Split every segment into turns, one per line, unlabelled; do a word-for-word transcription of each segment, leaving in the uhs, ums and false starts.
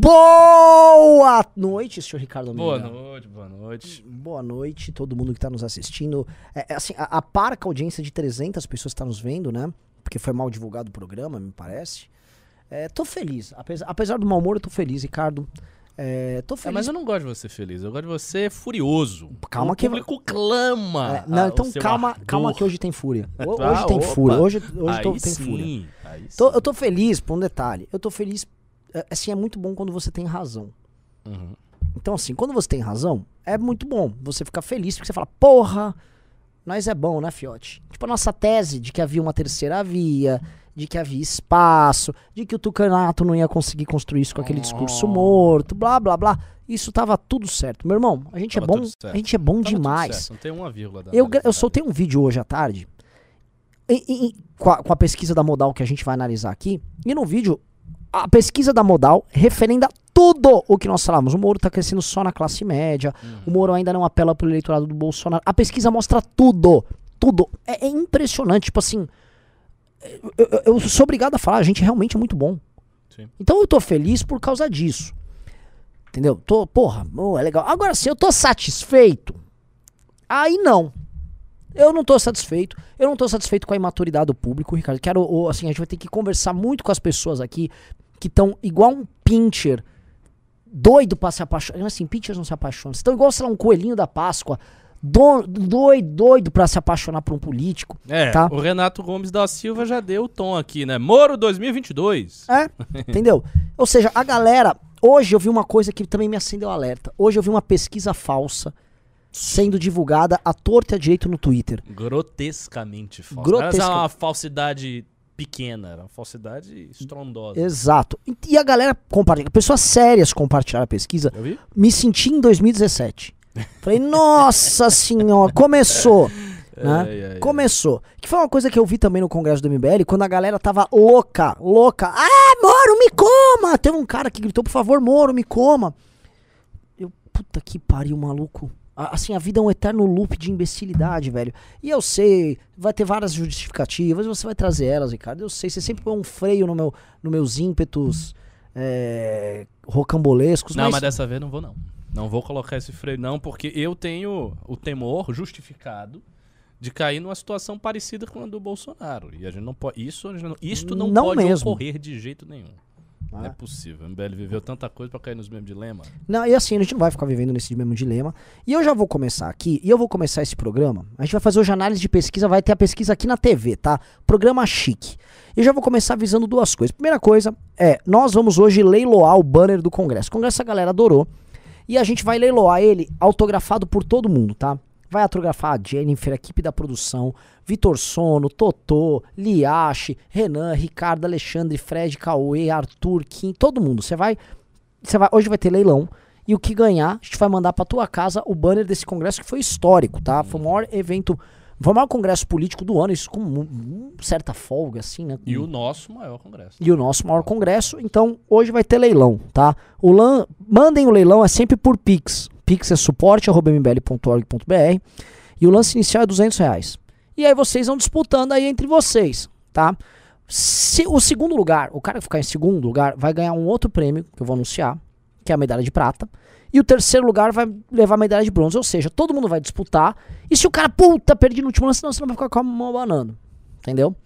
Boa noite, senhor Ricardo Almeida.
Boa noite, boa noite.
Boa noite, todo mundo que tá nos assistindo. É, é, assim, a, a parca audiência de trezentas pessoas que tá nos vendo, né? Porque foi mal divulgado o programa, me parece. É, tô feliz. Apesar, apesar do mau humor, eu tô feliz, Ricardo. É, tô feliz.
É, mas eu não gosto de você feliz, eu gosto de você furioso.
Calma
o
que...
O público clama.
É, não,
a,
então calma, calma que hoje tem fúria. Hoje
ah,
tem
opa.
fúria, hoje, hoje
aí
tô, tem
sim,
fúria.
Aí
Tô,
sim.
eu tô feliz por um detalhe. Eu tô feliz, assim, é muito bom quando você tem razão.
Uhum.
Então assim, quando você tem razão, é muito bom você ficar feliz, porque você fala, porra, nós é bom, né, fiote? Tipo a nossa tese de que havia uma terceira via, de que havia espaço, de que o Tucanato não ia conseguir construir isso com aquele discurso morto, blá, blá, blá. Isso tava tudo certo. Meu irmão, a gente
Tava
é bom,
tudo certo.
a gente é bom
Tava tudo
demais.
certo, não tem uma vírgula da
Eu, gra- eu
análise.
soltei um vídeo hoje à tarde, em- em- em- com, a, com a pesquisa da Modal que a gente vai analisar aqui, e no vídeo, a pesquisa da Modal referenda tudo o que nós falamos. O Moro tá crescendo só na classe média,
Uhum.
o Moro ainda não apela pro eleitorado do Bolsonaro. A pesquisa mostra tudo, tudo. É, é impressionante, tipo assim, eu, eu- eu sou obrigado a falar, a gente realmente é muito bom.
Sim.
Então eu tô feliz por causa disso. Entendeu? Tô, porra, oh, é legal. Agora sim, eu tô satisfeito? Aí não. Eu não tô satisfeito. Eu não tô satisfeito com a imaturidade do público, Ricardo. Quero, oh, assim, a gente vai ter que conversar muito com as pessoas aqui que estão igual um pincher doido pra se apaixonar. Assim, pinchers não se apaixonam. Estão igual, sei lá, um coelhinho da Páscoa. Do, doido, doido pra se apaixonar por um político.
É,
tá?
o Renato Gomes da Silva já deu o tom aqui, né? Moro dois mil e vinte e dois.
É, entendeu? Ou seja, a galera... Hoje eu vi uma coisa que também me acendeu alerta. Hoje eu vi uma pesquisa falsa sendo divulgada à torta e à direito no Twitter.
Grotescamente falso.
Grotesca-
Não era uma falsidade pequena, era uma falsidade estrondosa.
Exato. E, e a galera compartilha. Pessoas sérias compartilharam a pesquisa.
Eu vi?
Me senti em dois mil e dezessete. Falei, nossa senhora, começou. Né?
Ai, ai, ai.
Começou. Que foi uma coisa que eu vi também no Congresso do M B L, quando a galera tava louca, louca. Ah, Moro, me coma! Teve um cara que gritou, por favor, Moro, me coma. Eu, puta que pariu, maluco. A- Assim, a vida é um eterno loop de imbecilidade, velho. E eu sei, vai ter várias justificativas, você vai trazer elas, Ricardo. Eu sei, você sempre põe um freio no meu, nos meus ímpetos é, rocambolescos.
Não,
mas,
mas dessa vez não vou não. Não vou colocar esse freio não, porque eu tenho o temor justificado de cair numa situação parecida com a do Bolsonaro. E a gente não pode. Isso, a gente não, isto não,
Não
pode
mesmo.
ocorrer de jeito nenhum. Não é
Ah.
possível. O M B L viveu tanta coisa pra cair nos mesmos dilemas.
Não, e assim, a gente não vai ficar vivendo nesse mesmo dilema. E eu já vou começar aqui, e eu vou começar esse programa. A gente vai fazer hoje análise de pesquisa, vai ter a pesquisa aqui na T V, tá? Programa chique. E eu já vou começar avisando duas coisas. Primeira coisa é, nós vamos hoje leiloar o banner do Congresso. O Congresso a galera adorou. E a gente vai leiloar ele autografado por todo mundo, tá? Vai autografar a Jennifer, a equipe da produção, Vitor Sono, Totô, Liache, Renan, Ricardo, Alexandre, Fred, Cauê, Arthur, Kim, todo mundo. Você vai, você vai, hoje vai ter leilão e o que ganhar, a gente vai mandar pra tua casa o banner desse congresso que foi histórico, tá? Foi o maior evento, foi o maior congresso político do ano, isso com mu- mu- certa folga, assim, né?
E o nosso maior congresso.
E o nosso maior congresso, então hoje vai ter leilão, tá? O lan, mandem o leilão, é sempre por Pix. Pix é suporte arroba m b l ponto org ponto b r e o lance inicial é duzentos reais. E aí vocês vão disputando aí entre vocês, tá? Se, o segundo lugar, o cara que ficar em segundo lugar vai ganhar um outro prêmio, que eu vou anunciar, que é a medalha de prata. E o terceiro lugar vai levar a medalha de bronze, ou seja, todo mundo vai disputar. E se o cara, puta, perdi no último lance, não, você não vai ficar com a mão abanando, entendeu?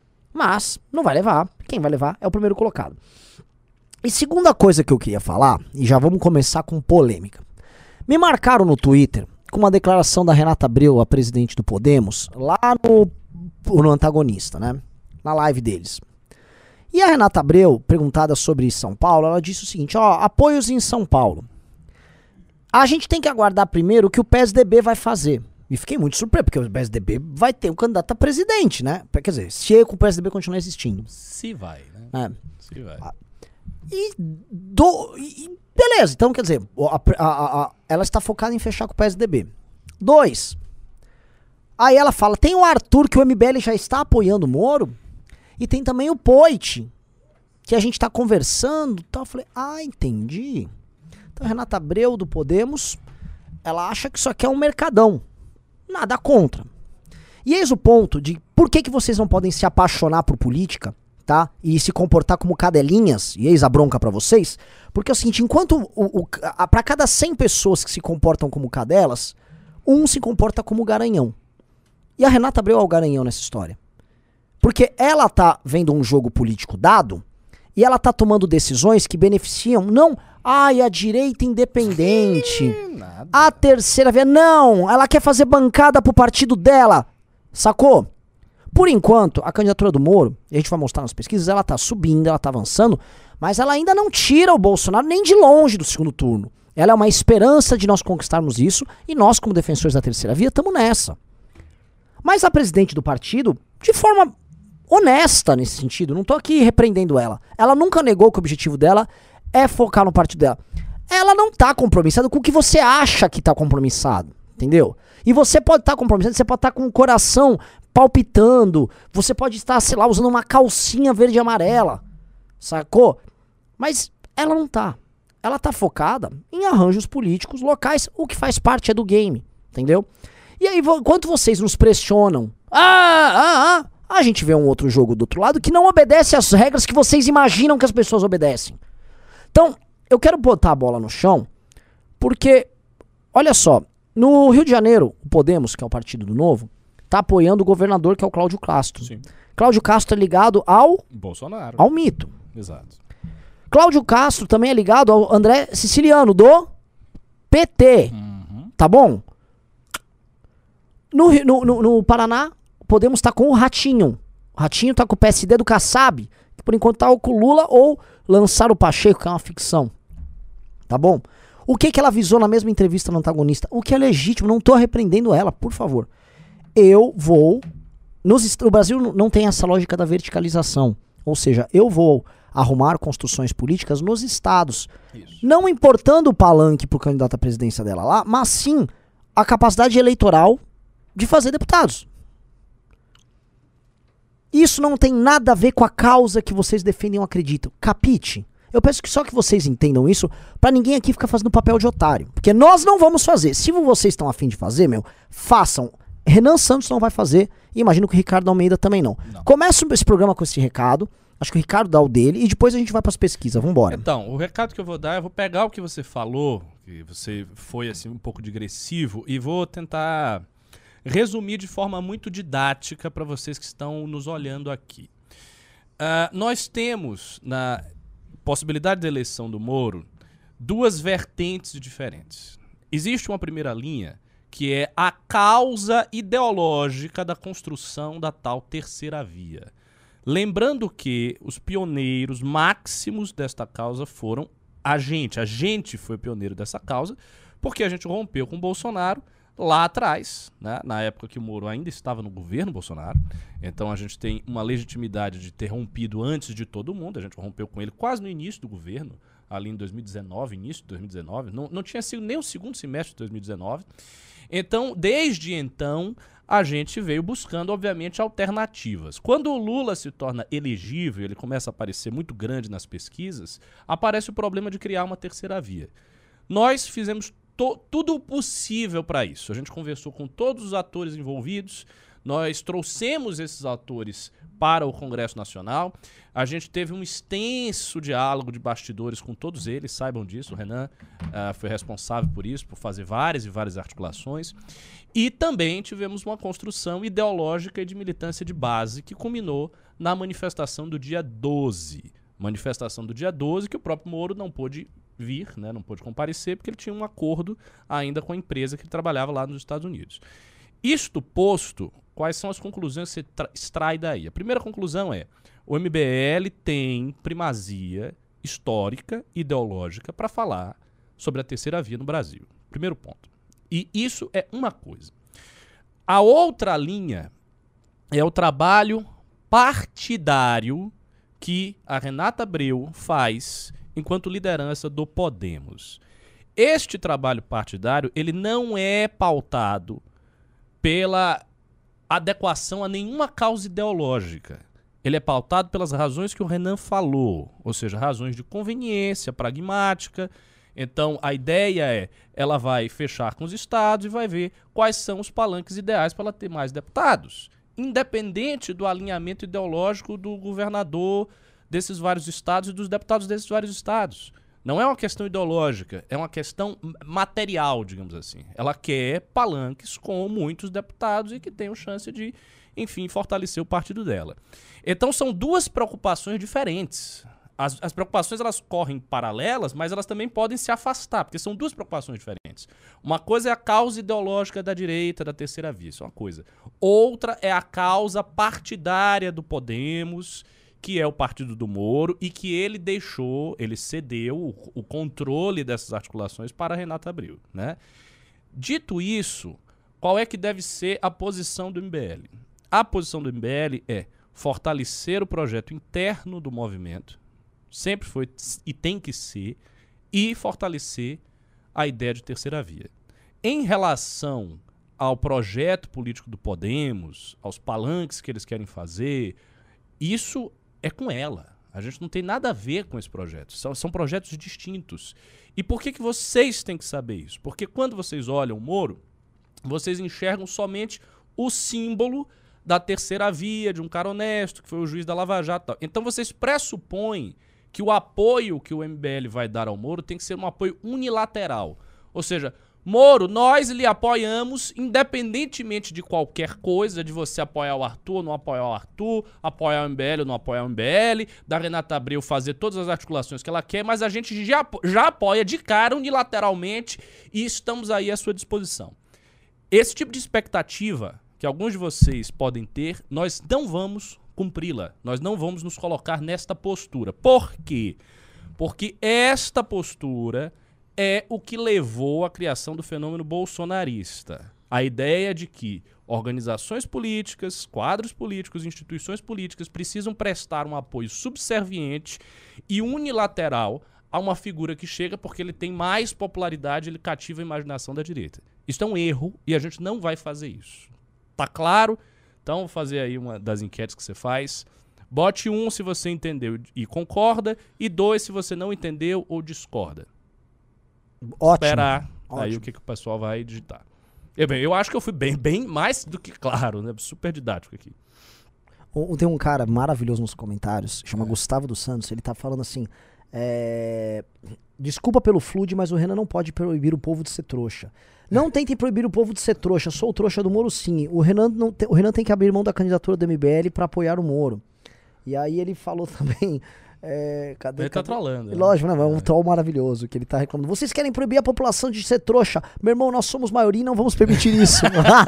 Mas não vai levar, quem vai levar é o primeiro colocado. E segunda coisa que eu queria falar, e já vamos começar com polêmica. Me marcaram no Twitter com uma declaração da Renata Abreu, a presidente do Podemos, lá no, no antagonista, né? Na live deles. E a Renata Abreu, perguntada sobre São Paulo, ela disse o seguinte, ó, apoios em São Paulo. A gente tem que aguardar primeiro o que o P S D B vai fazer. E fiquei muito surpreso, porque o P S D B vai ter um candidato a presidente, né? Quer dizer, se o P S D B continuar existindo.
Se vai, né?
É.
Se vai.
E, do, e beleza, então quer dizer, a, a, a, ela está focada em fechar com o P S D B. Dois. Aí ela fala, tem o Arthur, que o M B L já está apoiando o Moro, e tem também o Poit, que a gente está conversando. Então eu falei, ah, entendi. Então a Renata Abreu do Podemos, ela acha que isso aqui é um mercadão. Nada contra. E eis o ponto de por que, que vocês não podem se apaixonar por política tá? E se comportar como cadelinhas, e eis a bronca pra vocês, porque é o seguinte, enquanto o, o, a, pra cada cem pessoas que se comportam como cadelas, um se comporta como garanhão. E a Renata Abreu é o garanhão nessa história. Porque ela tá vendo um jogo político dado, e ela tá tomando decisões que beneficiam, não, ai, a direita independente,
Nada.
a terceira via, não, ela quer fazer bancada pro partido dela, sacou? Por enquanto, a candidatura do Moro, e a gente vai mostrar nas pesquisas, ela tá subindo, ela tá avançando, mas ela ainda não tira o Bolsonaro nem de longe do segundo turno. Ela é uma esperança de nós conquistarmos isso, e nós, como defensores da terceira via, estamos nessa. Mas a presidente do partido, de forma honesta nesse sentido, não tô aqui repreendendo ela, ela nunca negou que o objetivo dela é focar no partido dela. Ela não tá compromissada com o que você acha que tá compromissado, entendeu? E você pode estar tá compromissado, você pode estar tá com o coração palpitando, você pode estar, sei lá, usando uma calcinha verde e amarela, sacou? Mas ela não tá. Ela tá focada em arranjos políticos locais, o que faz parte é do game, entendeu? E aí, enquanto vocês nos pressionam, ah, ah, ah, a gente vê um outro jogo do outro lado que não obedece às regras que vocês imaginam que as pessoas obedecem. Então, eu quero botar a bola no chão, porque, olha só, no Rio de Janeiro, o Podemos, que é o Partido do Novo, tá apoiando o governador, que é o Cláudio Castro.
Sim.
Cláudio Castro é ligado ao,
Bolsonaro.
ao mito.
Exato.
Cláudio Castro também é ligado ao André Siciliano, do P T.
Uhum.
Tá bom? No, no, no, no Paraná, Podemos estar tá com o Ratinho. O Ratinho tá com o P S D do Kassab, que por enquanto tá com o Lula, ou lançar o Pacheco, que é uma ficção. Tá bom? O que que ela avisou na mesma entrevista no antagonista? O que é legítimo, não tô repreendendo ela, por favor. Eu vou... Nos, o Brasil não tem essa lógica da verticalização. Ou seja, eu vou arrumar construções políticas nos estados.
Isso.
Não importando o palanque pro candidato à presidência dela lá, mas sim a capacidade eleitoral de fazer deputados. Isso não tem nada a ver com a causa que vocês defendem ou acreditam. Capite? Eu peço que só que vocês entendam isso, pra ninguém aqui ficar fazendo papel de otário. Porque nós não vamos fazer. Se vocês estão afim de fazer, meu, façam. Renan Santos não vai fazer, e imagino que o Ricardo Almeida também não. não. Começa esse programa com esse recado, acho que o Ricardo dá o dele, e depois a gente vai pras pesquisas, vambora.
Então, o recado que eu vou dar, eu vou pegar o que você falou, que você foi assim um pouco digressivo, e vou tentar resumir de forma muito didática para vocês que estão nos olhando aqui. Uh, nós temos, na possibilidade da eleição do Moro, duas vertentes diferentes. Existe uma primeira linha, que é a causa ideológica da construção da tal terceira via. Lembrando que os pioneiros máximos desta causa foram a gente. A gente foi pioneiro dessa causa, porque a gente rompeu com o Bolsonaro lá atrás, né, na época que o Moro ainda estava no governo Bolsonaro. Então a gente tem uma legitimidade de ter rompido antes de todo mundo. A gente rompeu com ele quase no início do governo, ali em dois mil e dezenove, início de dois mil e dezenove. Não, não tinha sido nem o segundo semestre de dois mil e dezenove. Então, desde então, a gente veio buscando, obviamente, alternativas. Quando o Lula se torna elegível, ele começa a aparecer muito grande nas pesquisas, aparece o problema de criar uma terceira via. Nós fizemos tudo o possível para isso. A gente conversou com todos os atores envolvidos, nós trouxemos esses atores para o Congresso Nacional, a gente teve um extenso diálogo de bastidores com todos eles, saibam disso, o Renan uh, foi responsável por isso, por fazer várias e várias articulações, e também tivemos uma construção ideológica e de militância de base que culminou na manifestação do dia doze. Manifestação do dia doze que o próprio Moro não pôde vir, né, não pôde comparecer, porque ele tinha um acordo ainda com a empresa que ele trabalhava lá nos Estados Unidos. Isto posto, quais são as conclusões que você extrai daí? A primeira conclusão é, o M B L tem primazia histórica, ideológica, para falar sobre a terceira via no Brasil. Primeiro ponto. E isso é uma coisa. A outra linha é o trabalho partidário que a Renata Abreu faz enquanto liderança do Podemos. Este trabalho partidário, ele não é pautado pela adequação a nenhuma causa ideológica. Ele é pautado pelas razões que o Renan falou, ou seja, razões de conveniência, pragmática. Então, a ideia é, ela vai fechar com os estados e vai ver quais são os palanques ideais para ela ter mais deputados. independente do alinhamento ideológico do governador desses vários estados e dos deputados desses vários estados. Não é uma questão ideológica, é uma questão material, digamos assim. Ela quer palanques com muitos deputados e que tenham chance de, enfim, fortalecer o partido dela. Então são duas preocupações diferentes. As, as preocupações elas correm paralelas, mas elas também podem se afastar, porque são duas preocupações diferentes. Uma coisa é a causa ideológica da direita, da terceira via, isso é uma coisa. Outra é a causa partidária do Podemos, que é o partido do Moro, e que ele deixou, ele cedeu o, o controle dessas articulações para Renata Abreu, né? Dito isso, qual é que deve ser a posição do M B L? A posição do M B L é fortalecer o projeto interno do movimento, sempre foi e tem que ser, e fortalecer a ideia de terceira via. Em relação ao projeto político do Podemos, aos palanques que eles querem fazer, isso é com ela. A gente não tem nada a ver com esse projeto. São, são projetos distintos. E por que que vocês têm que saber isso? Porque quando vocês olham o Moro, vocês enxergam somente o símbolo da terceira via, de um cara honesto, que foi o juiz da Lava Jato e tal. Então vocês pressupõem que o apoio que o M B L vai dar ao Moro tem que ser um apoio unilateral. Ou seja, Moro, nós lhe apoiamos independentemente de qualquer coisa, de você apoiar o Arthur ou não apoiar o Arthur, apoiar o M B L ou não apoiar o M B L, da Renata Abreu fazer todas as articulações que ela quer, mas a gente já, já apoia de cara unilateralmente e estamos aí à sua disposição. Esse tipo de expectativa que alguns de vocês podem ter, nós não vamos cumpri-la. Nós não vamos nos colocar nesta postura. Por quê? Porque esta postura é o que levou à criação do fenômeno bolsonarista. A ideia de que organizações políticas, quadros políticos, instituições políticas precisam prestar um apoio subserviente e unilateral a uma figura que chega porque ele tem mais popularidade, ele cativa a imaginação da direita. Isso é um erro e a gente não vai fazer isso. Tá claro? Então, vou fazer aí uma das enquetes que você faz. Bote um se você entendeu e concorda, e dois se você não entendeu ou discorda.
Ótimo.
Esperar
Ótimo.
aí o que, que o pessoal vai digitar. Eu, bem, eu acho que eu fui bem, bem mais do que claro, né? Super didático aqui.
Tem um cara maravilhoso nos comentários, chama é. Gustavo dos Santos, ele tá falando assim, é... desculpa pelo flood, mas o Renan não pode proibir o povo de ser trouxa. Não tentem proibir o povo de ser trouxa, sou o trouxa do Moro sim. O Renan, não te... o Renan tem que abrir mão da candidatura do M B L pra apoiar o Moro. E aí ele falou também... É, cadê,
ele
cadê?
tá trollando. Né?
Lógico, não, é um troll maravilhoso que ele tá reclamando. Vocês querem proibir a população de ser trouxa? Meu irmão, nós somos maioria e não vamos permitir isso.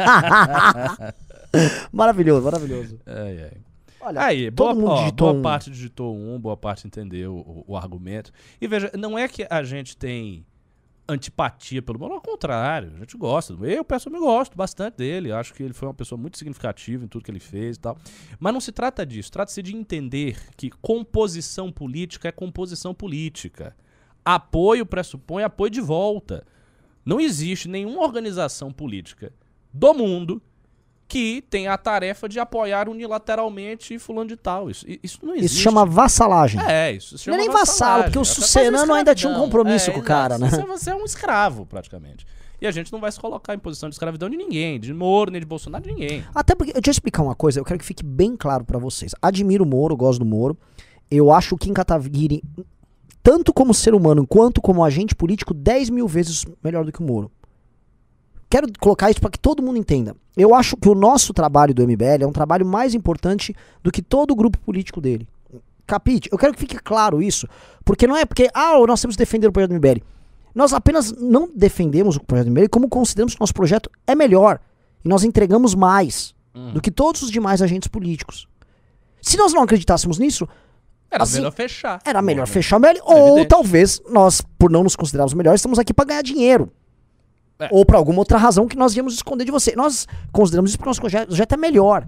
Maravilhoso, maravilhoso.
Ai, ai.
Olha,
aí,
todo
boa,
mundo
ó,
digitou
boa
um...
parte digitou um, boa parte entendeu o, o argumento. E veja, não é que a gente tem antipatia pelo Moro, ao contrário, a gente gosta. Eu, pessoalmente, gosto bastante dele. Acho que ele foi uma pessoa muito significativa em tudo que ele fez e tal. Mas não se trata disso. Trata-se de entender que composição política é composição política. Apoio pressupõe apoio de volta. Não existe nenhuma organização política do mundo que tem a tarefa de apoiar unilateralmente fulano de tal. Isso, isso não existe.
Isso chama vassalagem.
É, isso se chama
não é nem vassalo, porque o Sucerano ainda tinha um compromisso é, com o cara, né?
Você, você é um escravo, praticamente. E a gente não vai se colocar em posição de escravidão de ninguém, de Moro, nem de Bolsonaro, de ninguém.
Até porque, deixa eu explicar uma coisa, eu quero que fique bem claro pra vocês. Admiro o Moro, gosto do Moro. Eu acho o Kim Kataguiri, tanto como ser humano quanto como agente político, dez mil vezes melhor do que o Moro. Quero colocar isso para que todo mundo entenda. Eu acho que o nosso trabalho do M B L é um trabalho mais importante do que todo o grupo político dele. Capite? Eu quero que fique claro isso, porque não é porque, ah, nós temos que defender o projeto do M B L. Nós apenas não defendemos o projeto do M B L, como consideramos que o nosso projeto é melhor. E nós entregamos mais hum. do que todos os demais agentes políticos. Se nós não acreditássemos nisso...
Era
assim,
melhor fechar.
Era melhor Bom, fechar o M B L, é ou evidente. Talvez nós, por não nos considerarmos melhores, estamos aqui para ganhar dinheiro. É. Ou por alguma outra razão que nós íamos esconder de você. Nós consideramos isso porque o nosso projeto, projeto é melhor.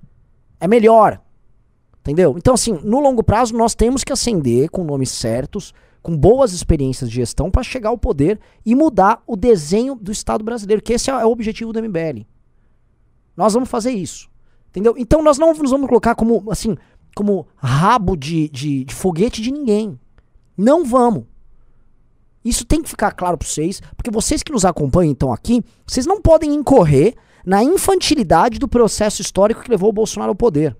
É melhor. Entendeu? Então, assim, no longo prazo, nós temos que ascender com nomes certos, com boas experiências de gestão, para chegar ao poder e mudar o desenho do Estado brasileiro, que esse é o objetivo do M B L. Nós vamos fazer isso. Entendeu? Então, nós não nos vamos colocar como, assim, como rabo de, de, de foguete de ninguém. Não vamos. Isso tem que ficar claro para vocês, porque vocês que nos acompanham então aqui, vocês não podem incorrer na infantilidade do processo histórico que levou o Bolsonaro ao poder.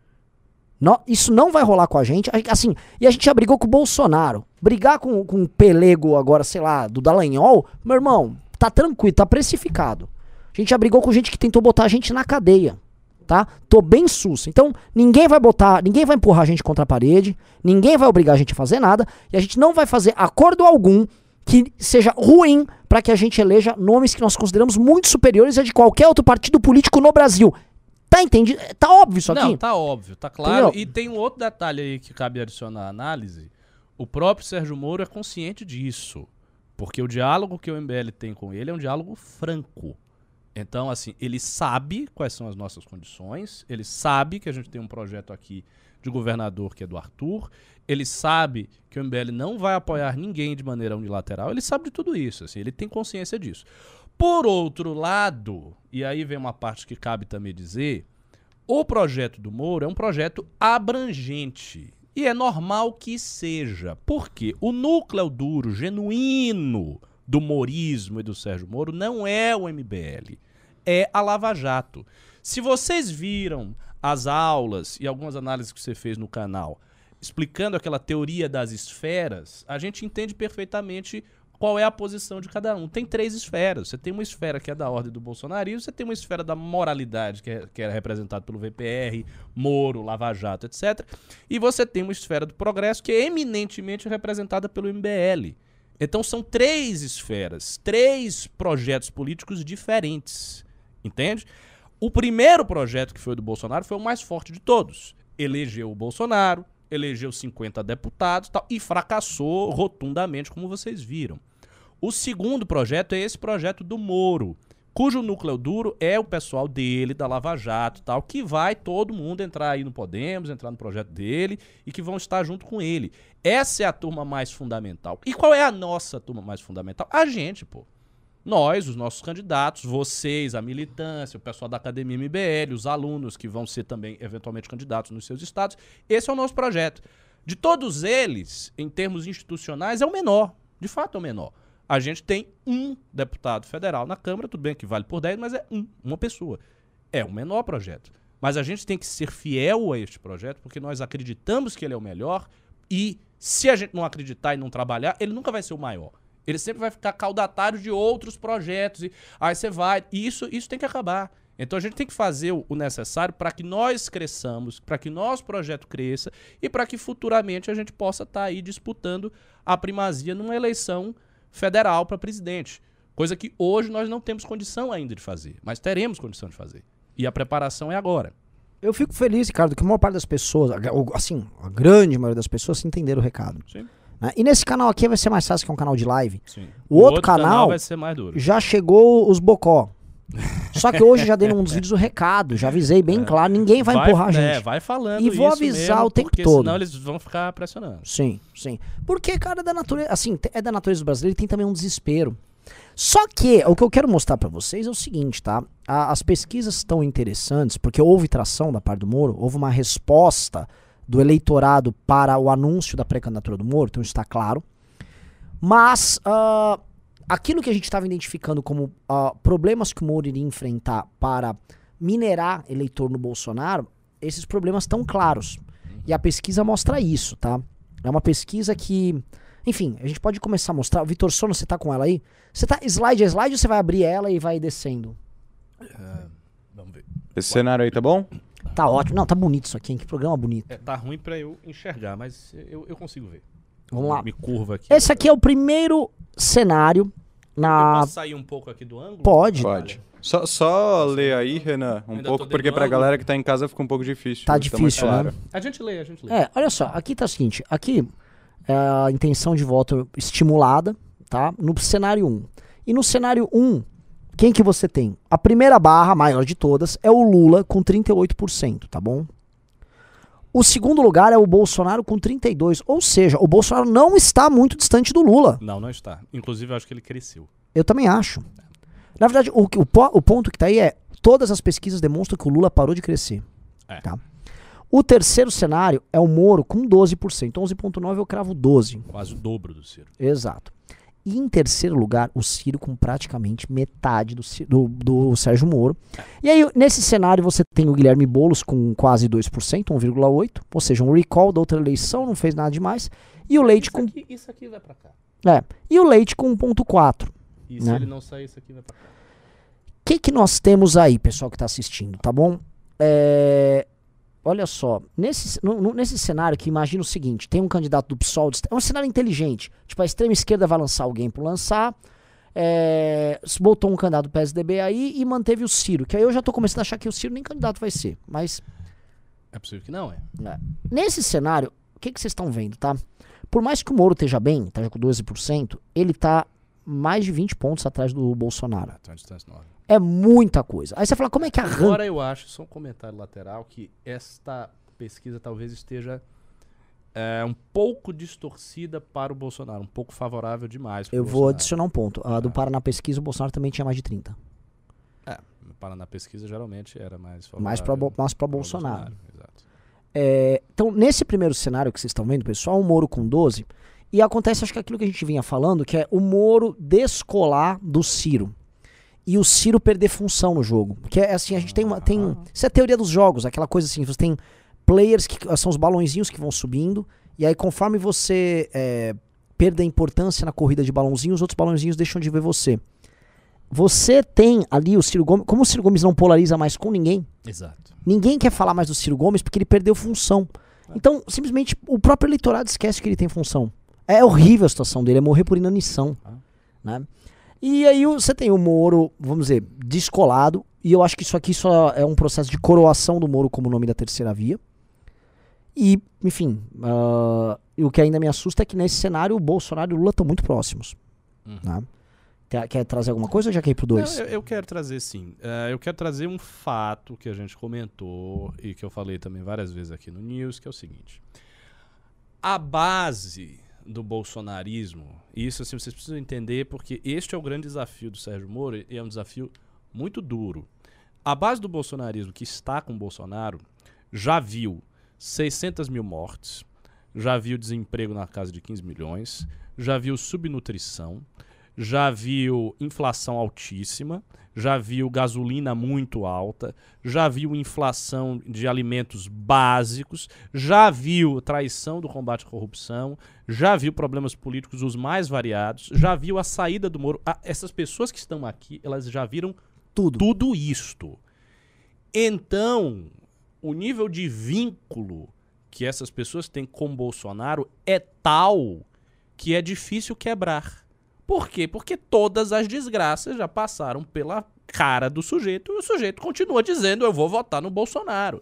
No, isso não vai rolar com a gente. Assim, e a gente já brigou com o Bolsonaro. Brigar com, com o pelego agora, sei lá, do Dallagnol, meu irmão, tá tranquilo, tá precificado. A gente já brigou com gente que tentou botar a gente na cadeia, tá? Tô bem sus. Então, ninguém vai botar, ninguém vai empurrar a gente contra a parede, ninguém vai obrigar a gente a fazer nada, e a gente não vai fazer acordo algum que seja ruim para que a gente eleja nomes que nós consideramos muito superiores a de qualquer outro partido político no Brasil. Tá entendido? Tá óbvio isso aqui?
Não, tá óbvio, tá claro.
Entendeu?
E tem um outro detalhe aí que cabe adicionar à análise. O próprio Sérgio Moro é consciente disso. Porque o diálogo que o M B L tem com ele é um diálogo franco. Então, assim, ele sabe quais são as nossas condições, ele sabe que a gente tem um projeto aqui de governador que é do Arthur, ele sabe que o M B L não vai apoiar ninguém de maneira unilateral, ele sabe de tudo isso, assim, ele tem consciência disso. Por outro lado, e aí vem uma parte que cabe também dizer, o projeto do Moro é um projeto abrangente. E é normal que seja, porque o núcleo duro, genuíno do morismo e do Sérgio Moro não é o M B L, é a Lava Jato. Se vocês viram as aulas e algumas análises que você fez no canal, explicando aquela teoria das esferas, a gente entende perfeitamente qual é a posição de cada um. Tem três esferas. Você tem uma esfera que é da ordem do bolsonarismo, você tem uma esfera da moralidade, que é, que é representada pelo V P R, Moro, Lava Jato, etcétera. E você tem uma esfera do progresso, que é eminentemente representada pelo M B L. Então são três esferas, três projetos políticos diferentes. Entende? O primeiro projeto, que foi o do Bolsonaro, foi o mais forte de todos. Elegeu o Bolsonaro, elegeu cinquenta deputados tal, e fracassou rotundamente, como vocês viram. O segundo projeto é esse projeto do Moro, cujo núcleo duro é o pessoal dele, da Lava Jato tal, que vai todo mundo entrar aí no Podemos, entrar no projeto dele e que vão estar junto com ele. Essa é a turma mais fundamental. E qual é a nossa turma mais fundamental? A gente, pô. Nós, os nossos candidatos, vocês, a militância, o pessoal da Academia M B L, os alunos que vão ser também eventualmente candidatos nos seus estados, esse é o nosso projeto. De todos eles, em termos institucionais, é o menor. De fato é o menor. A gente tem um deputado federal na Câmara, tudo bem que vale por dez, mas é um, uma pessoa. É o menor projeto. Mas a gente tem que ser fiel a este projeto, porque nós acreditamos que ele é o melhor e se a gente não acreditar e não trabalhar, ele nunca vai ser o maior. Ele sempre vai ficar caudatário de outros projetos. E aí você vai. E isso, isso tem que acabar. Então a gente tem que fazer o necessário para que nós cresçamos, para que nosso projeto cresça e para que futuramente a gente possa estar aí disputando a primazia numa eleição federal para presidente. Coisa que hoje nós não temos condição ainda de fazer, mas teremos condição de fazer. E a preparação é agora.
Eu fico feliz, Ricardo, que a maior parte das pessoas, assim, a grande maioria das pessoas entenderam o recado.
Sim.
Né? E nesse canal aqui vai ser mais fácil, que é um canal de live.
Sim.
O, o outro, outro canal, canal
vai ser mais duro.
Já chegou os bocó. Só que hoje já dei num dos vídeos o recado, já avisei bem é. claro, ninguém vai, vai empurrar a gente.
É, vai falando
e vou avisar
mesmo,
o tempo
porque
todo.
Senão eles vão ficar pressionando.
Sim, sim. Porque, cara, é da natureza, assim, é da natureza do brasileiro e tem também um desespero. Só que o que eu quero mostrar pra vocês é o seguinte, tá? A, as pesquisas estão interessantes porque houve tração da parte do Moro, houve uma resposta do eleitorado para o anúncio da pré-candidatura do Moro, então isso está claro. Mas uh, aquilo que a gente estava identificando como uh, problemas que o Moro iria enfrentar para minerar eleitor no Bolsonaro, esses problemas estão claros. E a pesquisa mostra isso, tá? É uma pesquisa que... Enfim, a gente pode começar a mostrar. Vitor Sono, você tá com ela aí? Você tá slide a slide ou você vai abrir ela e vai descendo?
Uh, vamos ver.
Esse cenário aí tá bom?
Tá ótimo. Não, tá bonito isso aqui, hein? Que programa bonito.
É, tá ruim pra eu enxergar, mas eu, eu consigo ver.
Vamos lá.
Me curva aqui.
Esse aqui é o primeiro cenário na...
Eu posso sair um pouco aqui do ângulo?
Pode.
Pode. Só, só ler aí, Renan, um pouco, porque pra galera que tá em casa fica um pouco difícil.
Tá difícil,
tá
né?
claro.
A gente lê, a gente lê.
É, olha só, aqui tá o seguinte, aqui é a intenção de voto estimulada, tá? No cenário um. E no cenário um, quem que você tem? A primeira barra, a maior de todas, é o Lula com trinta e oito por cento, tá bom? O segundo lugar é o Bolsonaro com trinta e dois por cento, ou seja, o Bolsonaro não está muito distante do Lula.
Não, não está. Inclusive, eu acho que ele cresceu.
Eu também acho. Na verdade, o, o, o ponto que tá aí é, todas as pesquisas demonstram que o Lula parou de crescer.
É.
Tá? O terceiro cenário é o Moro com doze por cento, onze vírgula nove por cento eu cravo doze.
Quase o dobro do Ciro.
Exato. E em terceiro lugar, o Ciro com praticamente metade do, do, do Sérgio Moro. E aí, nesse cenário, você tem o Guilherme Boulos com quase dois por cento, um vírgula oito por cento, ou seja, um recall da outra eleição, não fez nada demais. E o Leite
isso
com...
Aqui, isso aqui vai pra cá.
É, e o Leite com um vírgula quatro.
E se
né?
ele não sair, isso aqui vai pra cá.
O que, que nós temos aí, pessoal que tá assistindo, tá bom? É... Olha só, nesse, no, nesse cenário que imagina o seguinte, tem um candidato do PSOL, é um cenário inteligente, tipo a extrema esquerda vai lançar alguém por lançar, é, botou um candidato do P S D B aí e manteve o Ciro, que aí eu já tô começando a achar que o Ciro nem candidato vai ser, mas...
É possível que não, é.
é. Nesse cenário, o que, que vocês estão vendo, tá? Por mais que o Moro esteja bem, esteja com doze por cento, ele tá mais de vinte pontos atrás do Bolsonaro.
Ah, tem uma distância enorme.
É muita coisa. Aí você fala, como é que arranca?
Agora eu acho, só um comentário lateral, que esta pesquisa talvez esteja é, um pouco distorcida para o Bolsonaro, um pouco favorável demais para o
Eu
Bolsonaro.
vou adicionar um ponto. A do
Ah.
Paraná Pesquisa, o Bolsonaro também tinha mais de trinta.
É, no Paraná Pesquisa geralmente era mais favorável.
Mais para mais pra
para o
Bolsonaro.
Exato.
É, então, nesse primeiro cenário que vocês estão vendo, pessoal, o Moro com doze, e acontece, acho que aquilo que a gente vinha falando, que é o Moro descolar do Ciro. E o Ciro perder função no jogo. Porque é assim, a gente tem uma. Tem, isso é a teoria dos jogos, aquela coisa assim, você tem players que são os balãozinhos que vão subindo, e aí conforme você é, perde a importância na corrida de balãozinhos, os outros balãozinhos deixam de ver você. Você tem ali o Ciro Gomes, como o Ciro Gomes não polariza mais com ninguém,
Exato.
ninguém quer falar mais do Ciro Gomes porque ele perdeu função. Então, simplesmente, o próprio eleitorado esquece que ele tem função. É horrível a situação dele, é morrer por inanição. Né? E aí você tem o Moro, vamos dizer, descolado, e eu acho que isso aqui só é um processo de coroação do Moro como nome da terceira via. E, enfim, uh, e o que ainda me assusta é que nesse cenário o Bolsonaro e o Lula estão muito próximos.
Uhum.
Né? Quer trazer alguma coisa ou já quer ir pro dois?
Não, eu, eu quero trazer sim. Uh, eu quero trazer um fato que a gente comentou e que eu falei também várias vezes aqui no News, que é o seguinte. A base do bolsonarismo, e isso assim, vocês precisam entender porque este é o grande desafio do Sérgio Moro e é um desafio muito duro. A base do bolsonarismo que está com o Bolsonaro já viu seiscentas mil mortes, já viu desemprego na casa de quinze milhões, já viu subnutrição, já viu inflação altíssima, já viu gasolina muito alta, já viu inflação de alimentos básicos, já viu traição do combate à corrupção, já viu problemas políticos os mais variados, já viu a saída do Moro. Ah, essas pessoas que estão aqui, elas já viram
Tudo.
tudo isto. Então, o nível de vínculo que essas pessoas têm com Bolsonaro é tal que é difícil quebrar. Por quê? Porque todas as desgraças já passaram pela cara do sujeito e o sujeito continua dizendo eu vou votar no Bolsonaro.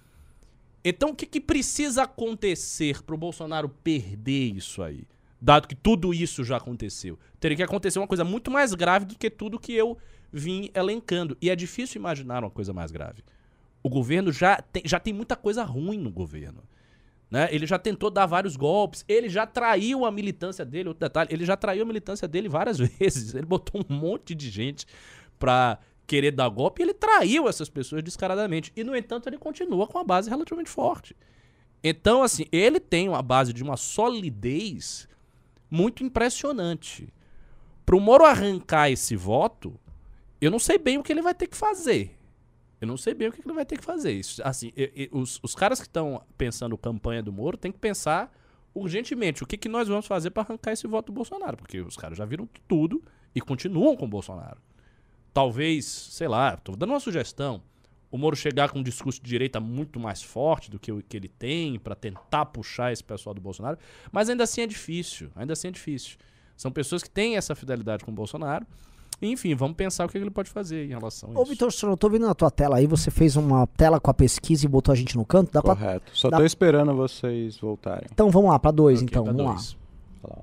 Então o que, que precisa acontecer para o Bolsonaro perder isso aí? Dado que tudo isso já aconteceu. Teria que acontecer uma coisa muito mais grave do que tudo que eu vim elencando. E é difícil imaginar uma coisa mais grave. O governo já tem, já tem muita coisa ruim no governo. Né? Ele já tentou dar vários golpes, ele já traiu a militância dele, outro detalhe, ele já traiu a militância dele várias vezes, ele botou um monte de gente pra querer dar golpe e ele traiu essas pessoas descaradamente. E, no entanto, ele continua com uma base relativamente forte. Então, assim, ele tem uma base de uma solidez muito impressionante. Pro Moro arrancar esse voto, eu não sei bem o que ele vai ter que fazer. Eu não sei bem o que ele vai ter que fazer. Isso, assim, e, e, os, os caras que estão pensando campanha do Moro têm que pensar urgentemente o que, que nós vamos fazer para arrancar esse voto do Bolsonaro. Porque os caras já viram tudo e continuam com o Bolsonaro. Talvez, sei lá, estou dando uma sugestão, o Moro chegar com um discurso de direita muito mais forte do que o que ele tem para tentar puxar esse pessoal do Bolsonaro. Mas ainda assim é difícil. Ainda assim é difícil. São pessoas que têm essa fidelidade com o Bolsonaro. Enfim, vamos pensar o que ele pode fazer em relação a isso.
Ô, Vitor, eu tô vendo na tua tela aí, você fez uma tela com a pesquisa e botou a gente no canto. Dá
Correto.
Pra...
Só
dá...
tô esperando vocês voltarem.
Então vamos lá, pra dois,
Okay,
então.
pra
Vamos
dois.
lá.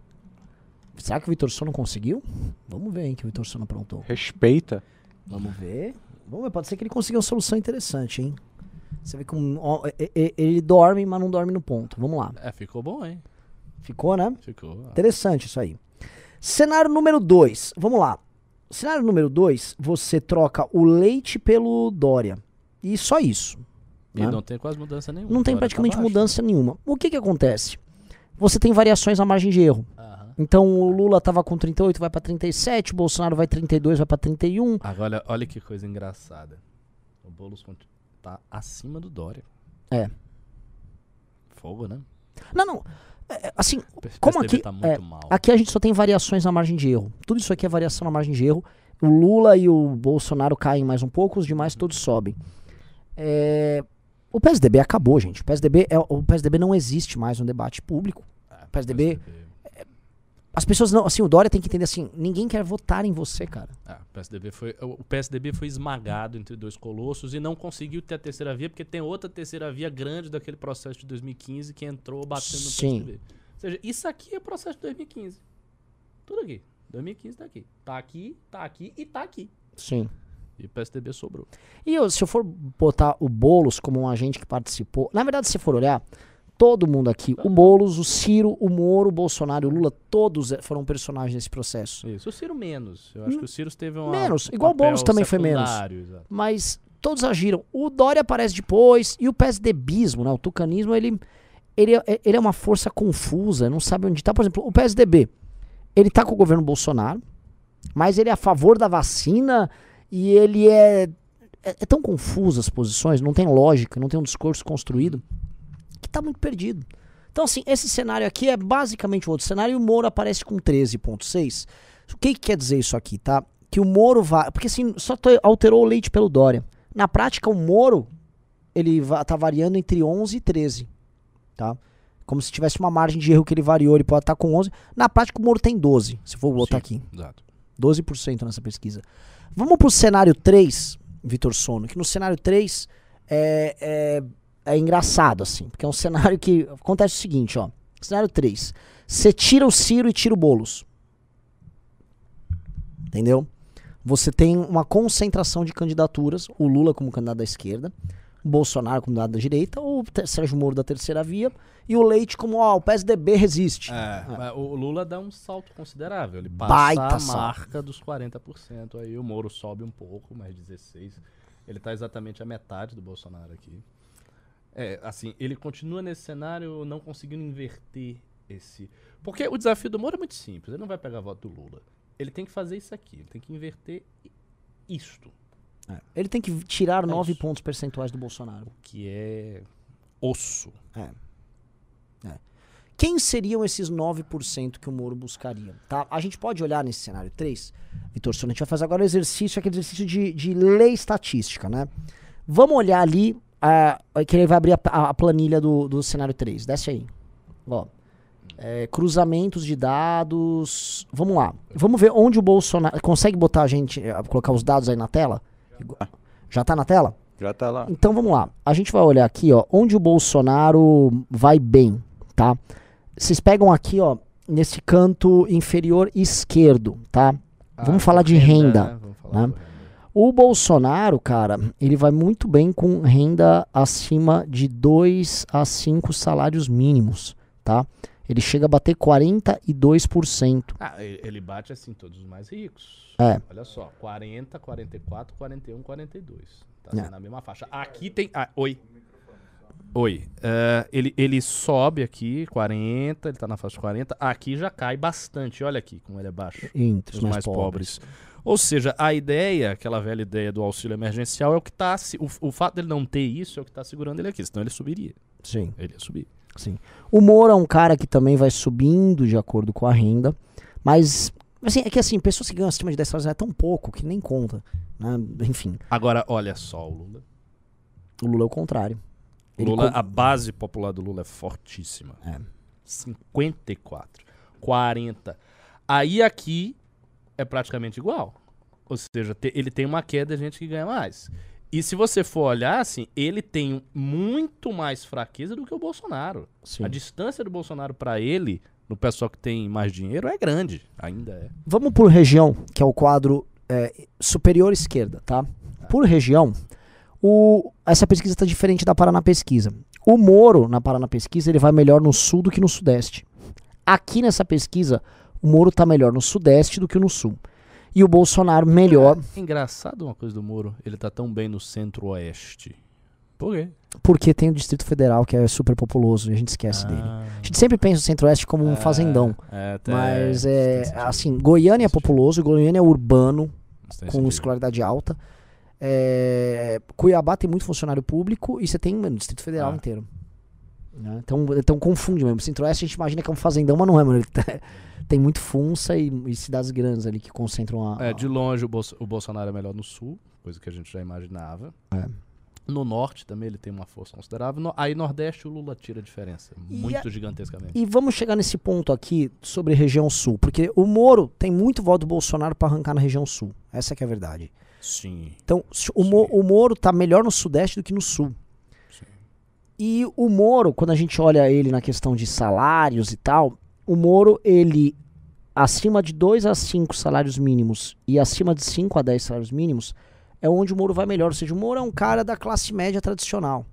Será que o Vitor Sono conseguiu? Vamos ver, hein, que o Vitor Sono aprontou.
Respeita.
Vamos ver. Vamos ver, pode ser que ele consiga uma solução interessante, hein? Você vê como ó, ele dorme, mas não dorme no ponto. Vamos lá.
É, ficou bom, hein?
Ficou, né?
Ficou.
Interessante isso aí. Cenário número dois. Vamos lá. Cenário número dois, você troca o Leite pelo Dória. E só isso.
E
né?
não tem quase mudança nenhuma.
Não tem
Dória
praticamente
tá baixo.
mudança nenhuma. O que que acontece? Você tem variações à margem de erro.
Aham.
Então o Lula tava com trinta e oito, vai pra trinta e sete, o Bolsonaro vai trinta e dois, vai pra trinta e um.
Agora, olha que coisa engraçada. O Boulos conti- tá acima do Dória.
É.
Fogo, né?
Não, não. É, assim,
O P-
como
P S D B
aqui,
tá muito
é,
mal.
aqui a gente só tem variações na margem de erro. Tudo isso aqui é variação na margem de erro. O Lula e o Bolsonaro caem mais um pouco, os demais todos sobem. É, o P S D B acabou, gente. O P S D B, é, o P S D B não existe mais no debate público.
É,
O P S D B, as pessoas não, assim, o Dória tem que entender assim, ninguém quer votar em você, cara.
Ah, o P S D B foi, o P S D B foi esmagado entre dois colossos e não conseguiu ter a terceira via, porque tem outra terceira via grande daquele processo de dois mil e quinze que entrou batendo
Sim.
no P S D B. Ou seja, isso aqui é processo de dois mil e quinze. Tudo aqui. dois mil e quinze tá aqui. Tá aqui, tá aqui e tá aqui.
Sim.
E o P S D B sobrou.
E eu, se eu for botar o Boulos como um agente que participou, na verdade, se for olhar, todo mundo aqui, o Boulos, o Ciro, o Moro, o Bolsonaro e o Lula, todos foram personagens nesse processo.
Isso. O Ciro menos. Eu acho que o Ciro teve uma.
Menos.
um
Igual o
papel
Boulos também foi menos.
secundário, exato.
Mas todos agiram. O Dória aparece depois, e o PSDBismo, né, o tucanismo, ele, ele, é- ele é uma força confusa, não sabe onde tá. Por exemplo, o P S D B, ele tá com o governo Bolsonaro, mas ele é a favor da vacina e ele é... É, é tão confuso as posições, não tem lógica, não tem um discurso construído, que tá muito perdido. Então, assim, esse cenário aqui é basicamente o outro cenário e o Moro aparece com treze vírgula seis. O que, que quer dizer isso aqui, tá? Que o Moro vai... Porque, assim, só to- alterou o leite pelo Dória. Na prática, o Moro, ele va- tá variando entre onze e treze, tá? Como se tivesse uma margem de erro que ele variou, ele pode estar com onze. Na prática, o Moro tem doze, se for botar
Sim,
aqui.
Exato.
doze por cento nessa pesquisa. Vamos pro cenário três, Vitor Sono, que no cenário três é, é, é engraçado, assim, porque é um cenário que acontece o seguinte, ó. Cenário três. Você tira o Ciro e tira o Boulos. Entendeu? Você tem uma concentração de candidaturas, o Lula como candidato da esquerda, o Bolsonaro como candidato da direita, o Te- Sérgio Moro da terceira via, e o Leite como, ó, o P S D B resiste.
É, mas o Lula dá um salto considerável. Ele passa
Baita
a
salto.
marca dos quarenta por cento. Aí o Moro sobe um pouco, mais dezesseis por cento. Ele tá exatamente a metade do Bolsonaro aqui. É, assim, ele continua nesse cenário não conseguindo inverter esse... Porque o desafio do Moro é muito simples. Ele não vai pegar voto do Lula. Ele tem que fazer isso aqui. Ele tem que inverter isto.
É. Ele tem que tirar
É
nove
isso.
pontos percentuais do Bolsonaro.
Que é osso.
Quem seriam esses nove por cento que o Moro buscaria? Tá? A gente pode olhar nesse cenário três, Vitor Sono, a gente vai fazer agora o exercício, aquele exercício de, de lei estatística, né? Vamos olhar ali, uh, que ele vai abrir a, a- a planilha do, do cenário três. Desce aí. Ó. É, cruzamentos de dados. Vamos lá. Vamos ver onde o Bolsonaro... Consegue botar a gente, eh, colocar os dados aí na tela? Já tá na tela?
Já tá lá.
Então vamos lá. A gente vai olhar aqui, ó, onde o Bolsonaro vai bem, tá? Vocês pegam aqui, ó, nesse canto inferior esquerdo, tá? Vamos falar de renda,
né? Vamos falar
né?
do renda.
O Bolsonaro, cara, ele vai muito bem com renda acima de dois a cinco salários mínimos, tá? Ele chega a bater quarenta e dois por cento.
Ah, ele ele bate assim todos os mais ricos.
É.
Olha só, quarenta, quarenta e quatro, quarenta e um, quarenta e dois. Tá
É.
na mesma faixa. Aqui tem... Ah, oi. Oi. É, ele, ele sobe aqui, quarenta, ele tá na faixa de quarenta. Aqui já cai bastante. Olha aqui como ele é baixo.
Entre
Os mais, pobres. Ou seja, a ideia, aquela velha ideia do auxílio emergencial é o que tá... se- O, o fato dele não ter isso é o que tá segurando ele aqui. Senão ele subiria.
Sim.
Ele ia subir.
Sim. O Moro é um cara que também vai subindo de acordo com a renda, mas assim, é que assim, pessoas que ganham acima de dez salários é tão pouco que nem conta, né? Enfim,
Agora, olha só o Lula.
o Lula é o contrário.
O
Ele
Lula,
com-
a base popular do Lula é fortíssima.
É.
cinquenta e quatro. quarenta. Aí aqui é praticamente igual. Ou seja, te- ele tem uma queda de gente que ganha mais. E se você for olhar, assim, ele tem muito mais fraqueza do que o Bolsonaro.
Sim.
A distância do Bolsonaro pra ele, no pessoal que tem mais dinheiro, é grande. Ainda é.
Vamos por região, que é o quadro é, superior esquerda, tá? Por região, o, essa pesquisa está diferente da Paraná Pesquisa. O Moro, na Paraná Pesquisa, ele vai melhor no sul do que no sudeste. Aqui nessa pesquisa, o Moro está melhor no sudeste do que no sul. E o Bolsonaro melhor...
É engraçado uma coisa do Moro, ele tá tão bem no centro-oeste. Por quê?
Porque tem o Distrito Federal, que é super populoso, e a gente esquece
Ah.
dele. A gente sempre pensa o Centro-Oeste como um
É,
fazendão.
É, até
Mas,
tem
é,
sentido.
assim, Goiânia é populoso, Goiânia é urbano,
Mas tem
com
sentido.
escolaridade alta. É, Cuiabá tem muito funcionário público e você tem mano, o Distrito Federal
Ah.
inteiro. Né? Então, então confunde mesmo. Centro-Oeste a gente imagina que é um fazendão, mas não é, mano. Ele tá- tem muito funça e, e cidades grandes ali que concentram a...
É, de longe o, Bolso- o Bolsonaro é melhor no sul, coisa que a gente já imaginava.
É.
No norte também ele tem uma força considerável. No- aí nordeste o Lula tira a diferença,
E
muito
a-
gigantescamente.
E vamos chegar nesse ponto aqui sobre região sul, porque o Moro tem muito voto do Bolsonaro para arrancar na região sul. Essa que é a verdade.
Sim.
Então, se o, Mo- o Moro tá melhor no sudeste do que no sul.
Sim.
E o Moro, quando a gente olha ele na questão de salários e tal, o Moro, ele, acima de dois a cinco salários mínimos e acima de cinco a dez salários mínimos, é onde o Moro vai melhor. Ou seja, o Moro é um cara da classe média tradicional.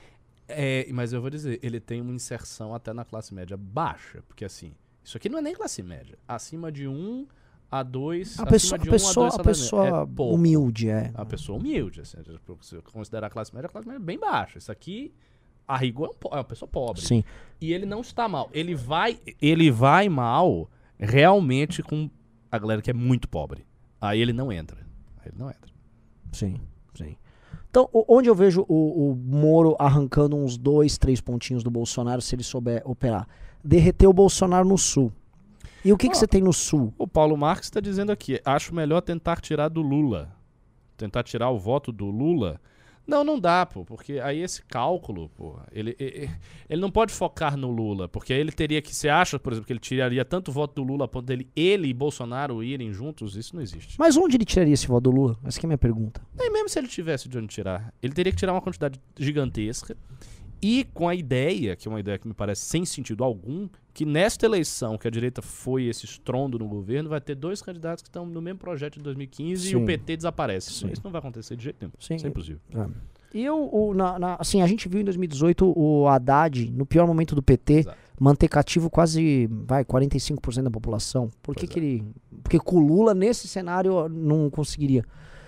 É, mas eu vou dizer, ele tem uma inserção até na classe média baixa, porque assim, isso aqui não é nem classe média. Acima de um a dois,
A
acima
pessoa,
de
a
um
pessoa,
a
a
dois
pessoa
salários é pouco.
humilde, é.
A pessoa humilde, assim, se eu considerar a classe média, a classe média é bem baixa. Isso aqui, a rigor, é, um po- é uma pessoa pobre.
Sim.
E ele não está mal. Ele vai, ele vai mal realmente com a galera que é muito pobre. Aí ele não entra. Aí ele não entra.
Sim, sim. Então, o- onde eu vejo o, o Moro arrancando uns dois, três pontinhos do Bolsonaro, se ele souber operar? Derreter o Bolsonaro no sul. E o que, que
Ah.
você tem no sul?
O Paulo Marques está dizendo aqui, acho melhor tentar tirar do Lula. Tentar tirar o voto do Lula. Não, não dá, pô, porque aí esse cálculo, pô, ele, ele, ele não pode focar no Lula, porque aí ele teria que, você acha, por exemplo, que ele tiraria tanto voto do Lula a ponto dele, ele e Bolsonaro irem juntos? Isso não existe.
Mas onde ele tiraria esse voto do Lula? Essa que é a minha pergunta.
Nem mesmo se ele tivesse de onde tirar. Ele teria que tirar uma quantidade gigantesca e com a ideia, que é uma ideia que me parece sem sentido algum, que nesta eleição, que a direita foi esse estrondo no governo, vai ter dois candidatos que estão no mesmo projeto de dois mil e quinze e
Sim.
o P T desaparece.
Sim.
Isso não vai acontecer de jeito nenhum.
Sim.
Isso é impossível.
E eu, o, na, na- assim, a gente viu em dois mil e dezoito o Haddad, no pior momento do P T,
Exato.
manter cativo quase, vai, quarenta e cinco por cento da população. Por que
Pois
que ele... Porque com o Lula, nesse cenário, não conseguiria.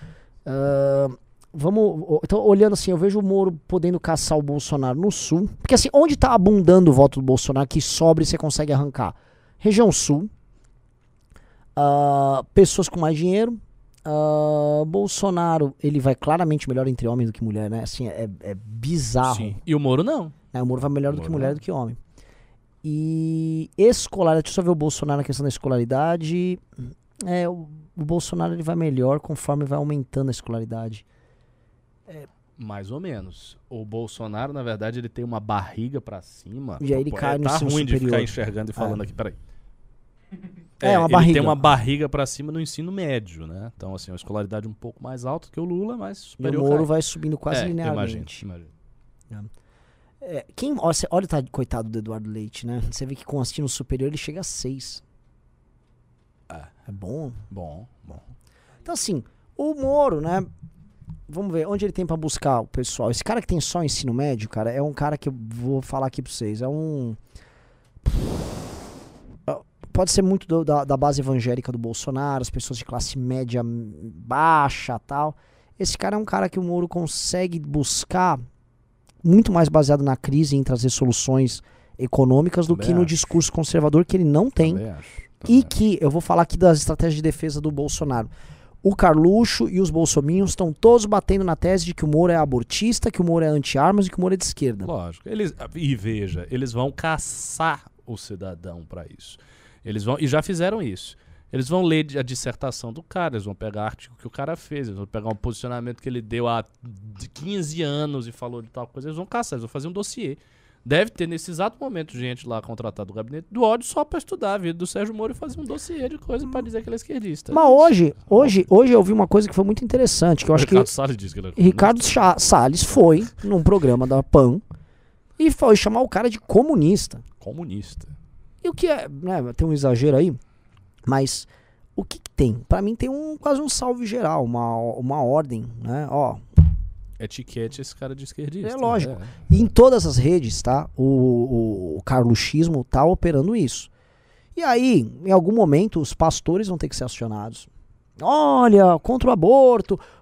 Ah, vamos... o- Então, olhando assim, eu vejo o Moro podendo caçar o Bolsonaro no sul. Porque assim, onde tá abundando o voto do Bolsonaro que sobra e você consegue arrancar? Região sul. Ah, pessoas com mais dinheiro. Ah, Bolsonaro, ele vai claramente melhor entre homem do que mulher, né? Assim, é, é bizarro.
Sim. E o Moro não.
Né? O Moro vai melhor
O
do que
Moro
mulher
não.
do que homem. E escolar, deixa eu só ver o Bolsonaro na questão da escolaridade. É, o, o Bolsonaro ele vai melhor conforme vai aumentando a escolaridade.
Mais ou menos. O Bolsonaro, na verdade, ele tem uma barriga pra cima.
E aí ele
Pô,
cai
é,
no
tá
ensino
ruim de
superior.
ficar enxergando e falando aqui, peraí.
É, uma
ele
barriga.
tem uma barriga pra cima no ensino médio, né? Então, assim, uma escolaridade um pouco mais alta que o Lula, mas
E o
superior.
Moro
cai.
vai subindo quase
É,
linearmente.
imagino, imagino.
É, quem, olha, você- olha, tá, coitado do Eduardo Leite, né? Você vê que com o ensino superior ele chega a seis.
É.
É bom.
Bom, bom.
Então, assim, o Moro, né? Vamos ver onde ele tem pra buscar o pessoal. Esse cara que tem só ensino médio, cara, é um cara que eu vou falar aqui pra vocês. É um. Pode ser muito do- da, da base evangélica do Bolsonaro, as pessoas de classe média baixa tal. Esse cara é um cara que o Moro consegue buscar muito mais baseado na crise em trazer soluções econômicas do
Também
que no
acho.
discurso conservador que ele não tem.
Também acho.
E
Também acho.
que, eu vou falar aqui das estratégias de defesa do Bolsonaro. O Carluxo e os bolsominions estão todos batendo na tese de que o Moro é abortista, que o Moro é anti-armas e que o Moro é de esquerda.
Lógico. Eles, e veja, eles vão caçar o cidadão pra isso. Eles vão, e já fizeram isso. Eles vão ler a dissertação do cara, eles vão pegar o artigo que o cara fez, eles vão pegar um posicionamento que ele deu há quinze anos e falou de tal coisa, eles vão caçar, eles vão fazer um dossiê. Deve ter nesse exato momento gente lá contratada do gabinete do ódio só pra estudar a vida do Sérgio Moro e fazer um dossiê de coisa pra dizer que ele é esquerdista.
Mas hoje, hoje, hoje eu vi uma coisa que foi muito interessante, que eu
O
acho
Ricardo
que
Salles disse que ele é
Ricardo Cha- Salles foi num programa da PAN e foi chamar o cara de comunista.
comunista.
E o que é, né, tem um exagero aí, mas o que, que tem? Pra mim tem um quase um salve geral, uma, uma ordem, né? Ó,
Etiquete esse cara de esquerdista.
É lógico.
né?
e em todas as redes, tá? O, o, o carluxismo tá operando isso. E aí, em algum momento, os pastores vão ter que ser acionados. Olha, contra o aborto,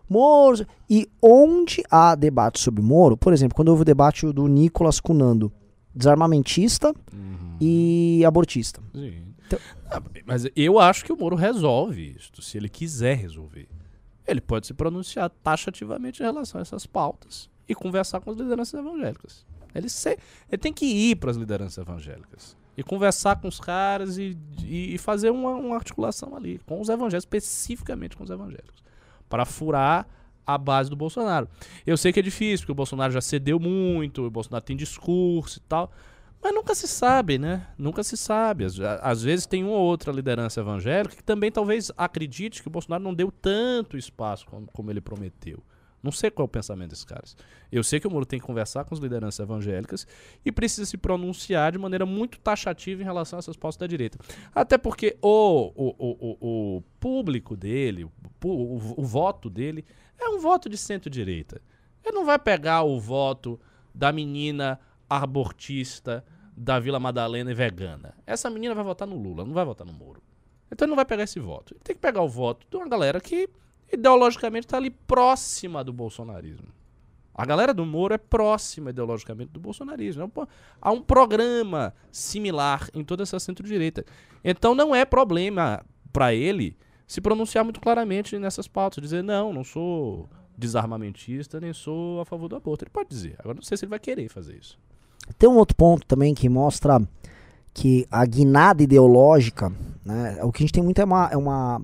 Moro. E onde há debate sobre Moro, por exemplo, quando houve o debate do Nicolas com o Nando, desarmamentista
Uhum.
e abortista.
Sim.
Então-
Ah, mas eu acho que o Moro resolve isso, se ele quiser resolver. Ele pode se pronunciar taxativamente em relação a essas pautas e conversar com as lideranças evangélicas. Ele, se, ele tem que ir para as lideranças evangélicas e conversar com os caras e, e, e fazer uma, uma articulação ali, com os evangélicos, especificamente com os evangélicos, para furar a base do Bolsonaro. Eu sei que é difícil, porque o Bolsonaro já cedeu muito, o Bolsonaro tem discurso e tal, mas nunca se sabe, né? Nunca se sabe. Às, às vezes tem uma ou outra liderança evangélica que também talvez acredite que o Bolsonaro não deu tanto espaço como, como ele prometeu. Não sei qual é o pensamento desses caras. Eu sei que o Moro tem que conversar com as lideranças evangélicas e precisa se pronunciar de maneira muito taxativa em relação a essas pautas da direita. Até porque o, o, o, o, o público dele, o, o, o voto dele, é um voto de centro-direita. Ele não vai pegar o voto da menina abortista da Vila Madalena e vegana. Essa menina vai votar no Lula, não vai votar no Moro. Então ele não vai pegar esse voto. Ele tem que pegar o voto de uma galera que ideologicamente está ali próxima do bolsonarismo. A galera do Moro é próxima ideologicamente do bolsonarismo. Há um programa similar em toda essa centro-direita. Então não é problema para ele se pronunciar muito claramente nessas pautas. Dizer, não, não sou desarmamentista, nem sou a favor do aborto. Ele pode dizer. Agora não sei se ele vai querer fazer isso.
Tem um outro ponto também que mostra que a guinada ideológica, né, o que a gente tem muito é uma, é uma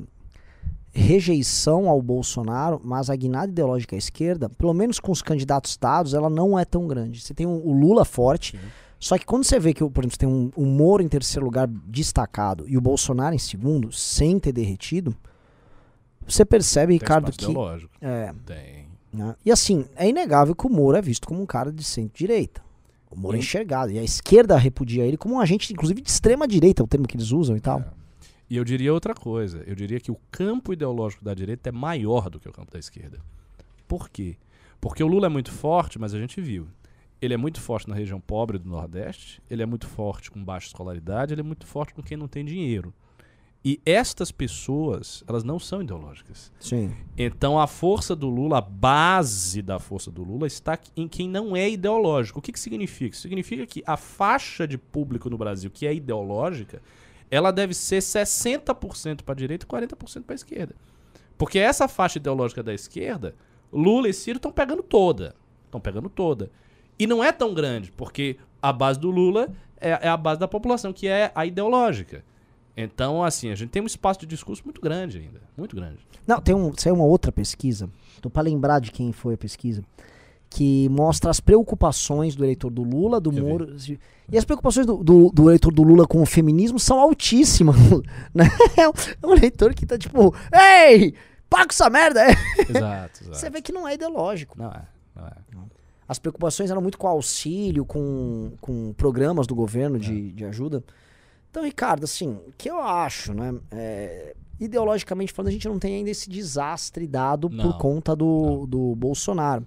rejeição ao Bolsonaro, mas a guinada ideológica à esquerda, pelo menos com os candidatos dados, ela não é tão grande. Você tem o, o Lula forte, uhum. Só que quando você vê que, por exemplo, você tem um, um Moro em terceiro lugar destacado e o Bolsonaro em segundo, sem ter derretido, você percebe, tem Ricardo, que...
ideológico.
É,
tem.
Né, e assim, é inegável que o Moro é visto como um cara de centro-direita. O Moro é enxergado. E a esquerda repudia ele como um agente, inclusive, de extrema-direita, é o termo que eles usam e tal.
É. E eu diria outra coisa. Eu diria que o campo ideológico da direita é maior do que o campo da esquerda. Por quê? Porque o Lula é muito forte, mas a gente viu. Ele é muito forte na região pobre do Nordeste, ele é muito forte com baixa escolaridade, ele é muito forte com quem não tem dinheiro. E estas pessoas, elas não são ideológicas.
Sim.
Então a força do Lula, a base da força do Lula está em quem não é ideológico. O que que significa? Significa que a faixa de público no Brasil que é ideológica, ela deve ser sessenta por cento para a direita e quarenta por cento para a esquerda. Porque essa faixa ideológica da esquerda, Lula e Ciro estão pegando toda. Estão pegando toda. E não é tão grande, porque a base do Lula é, é a base da população, que é a ideológica. Então, assim, a gente tem um espaço de discurso muito grande ainda. Muito grande.
Não, tem um, saiu uma outra pesquisa, tô para lembrar de quem foi a pesquisa, que mostra as preocupações do eleitor do Lula, do
Eu
Moro. Vi. E as preocupações do, do, do eleitor do Lula com o feminismo são altíssimas. Né? É um eleitor que tá tipo, ei, paga essa merda!
Exato, exato.
Você vê que não é ideológico.
Não é, não é.
As preocupações eram muito com auxílio, com, com programas do governo de, é. de ajuda. Então, Ricardo, assim, o que eu acho, né? É, ideologicamente falando, a gente não tem ainda esse desastre dado não, por conta do, do Bolsonaro.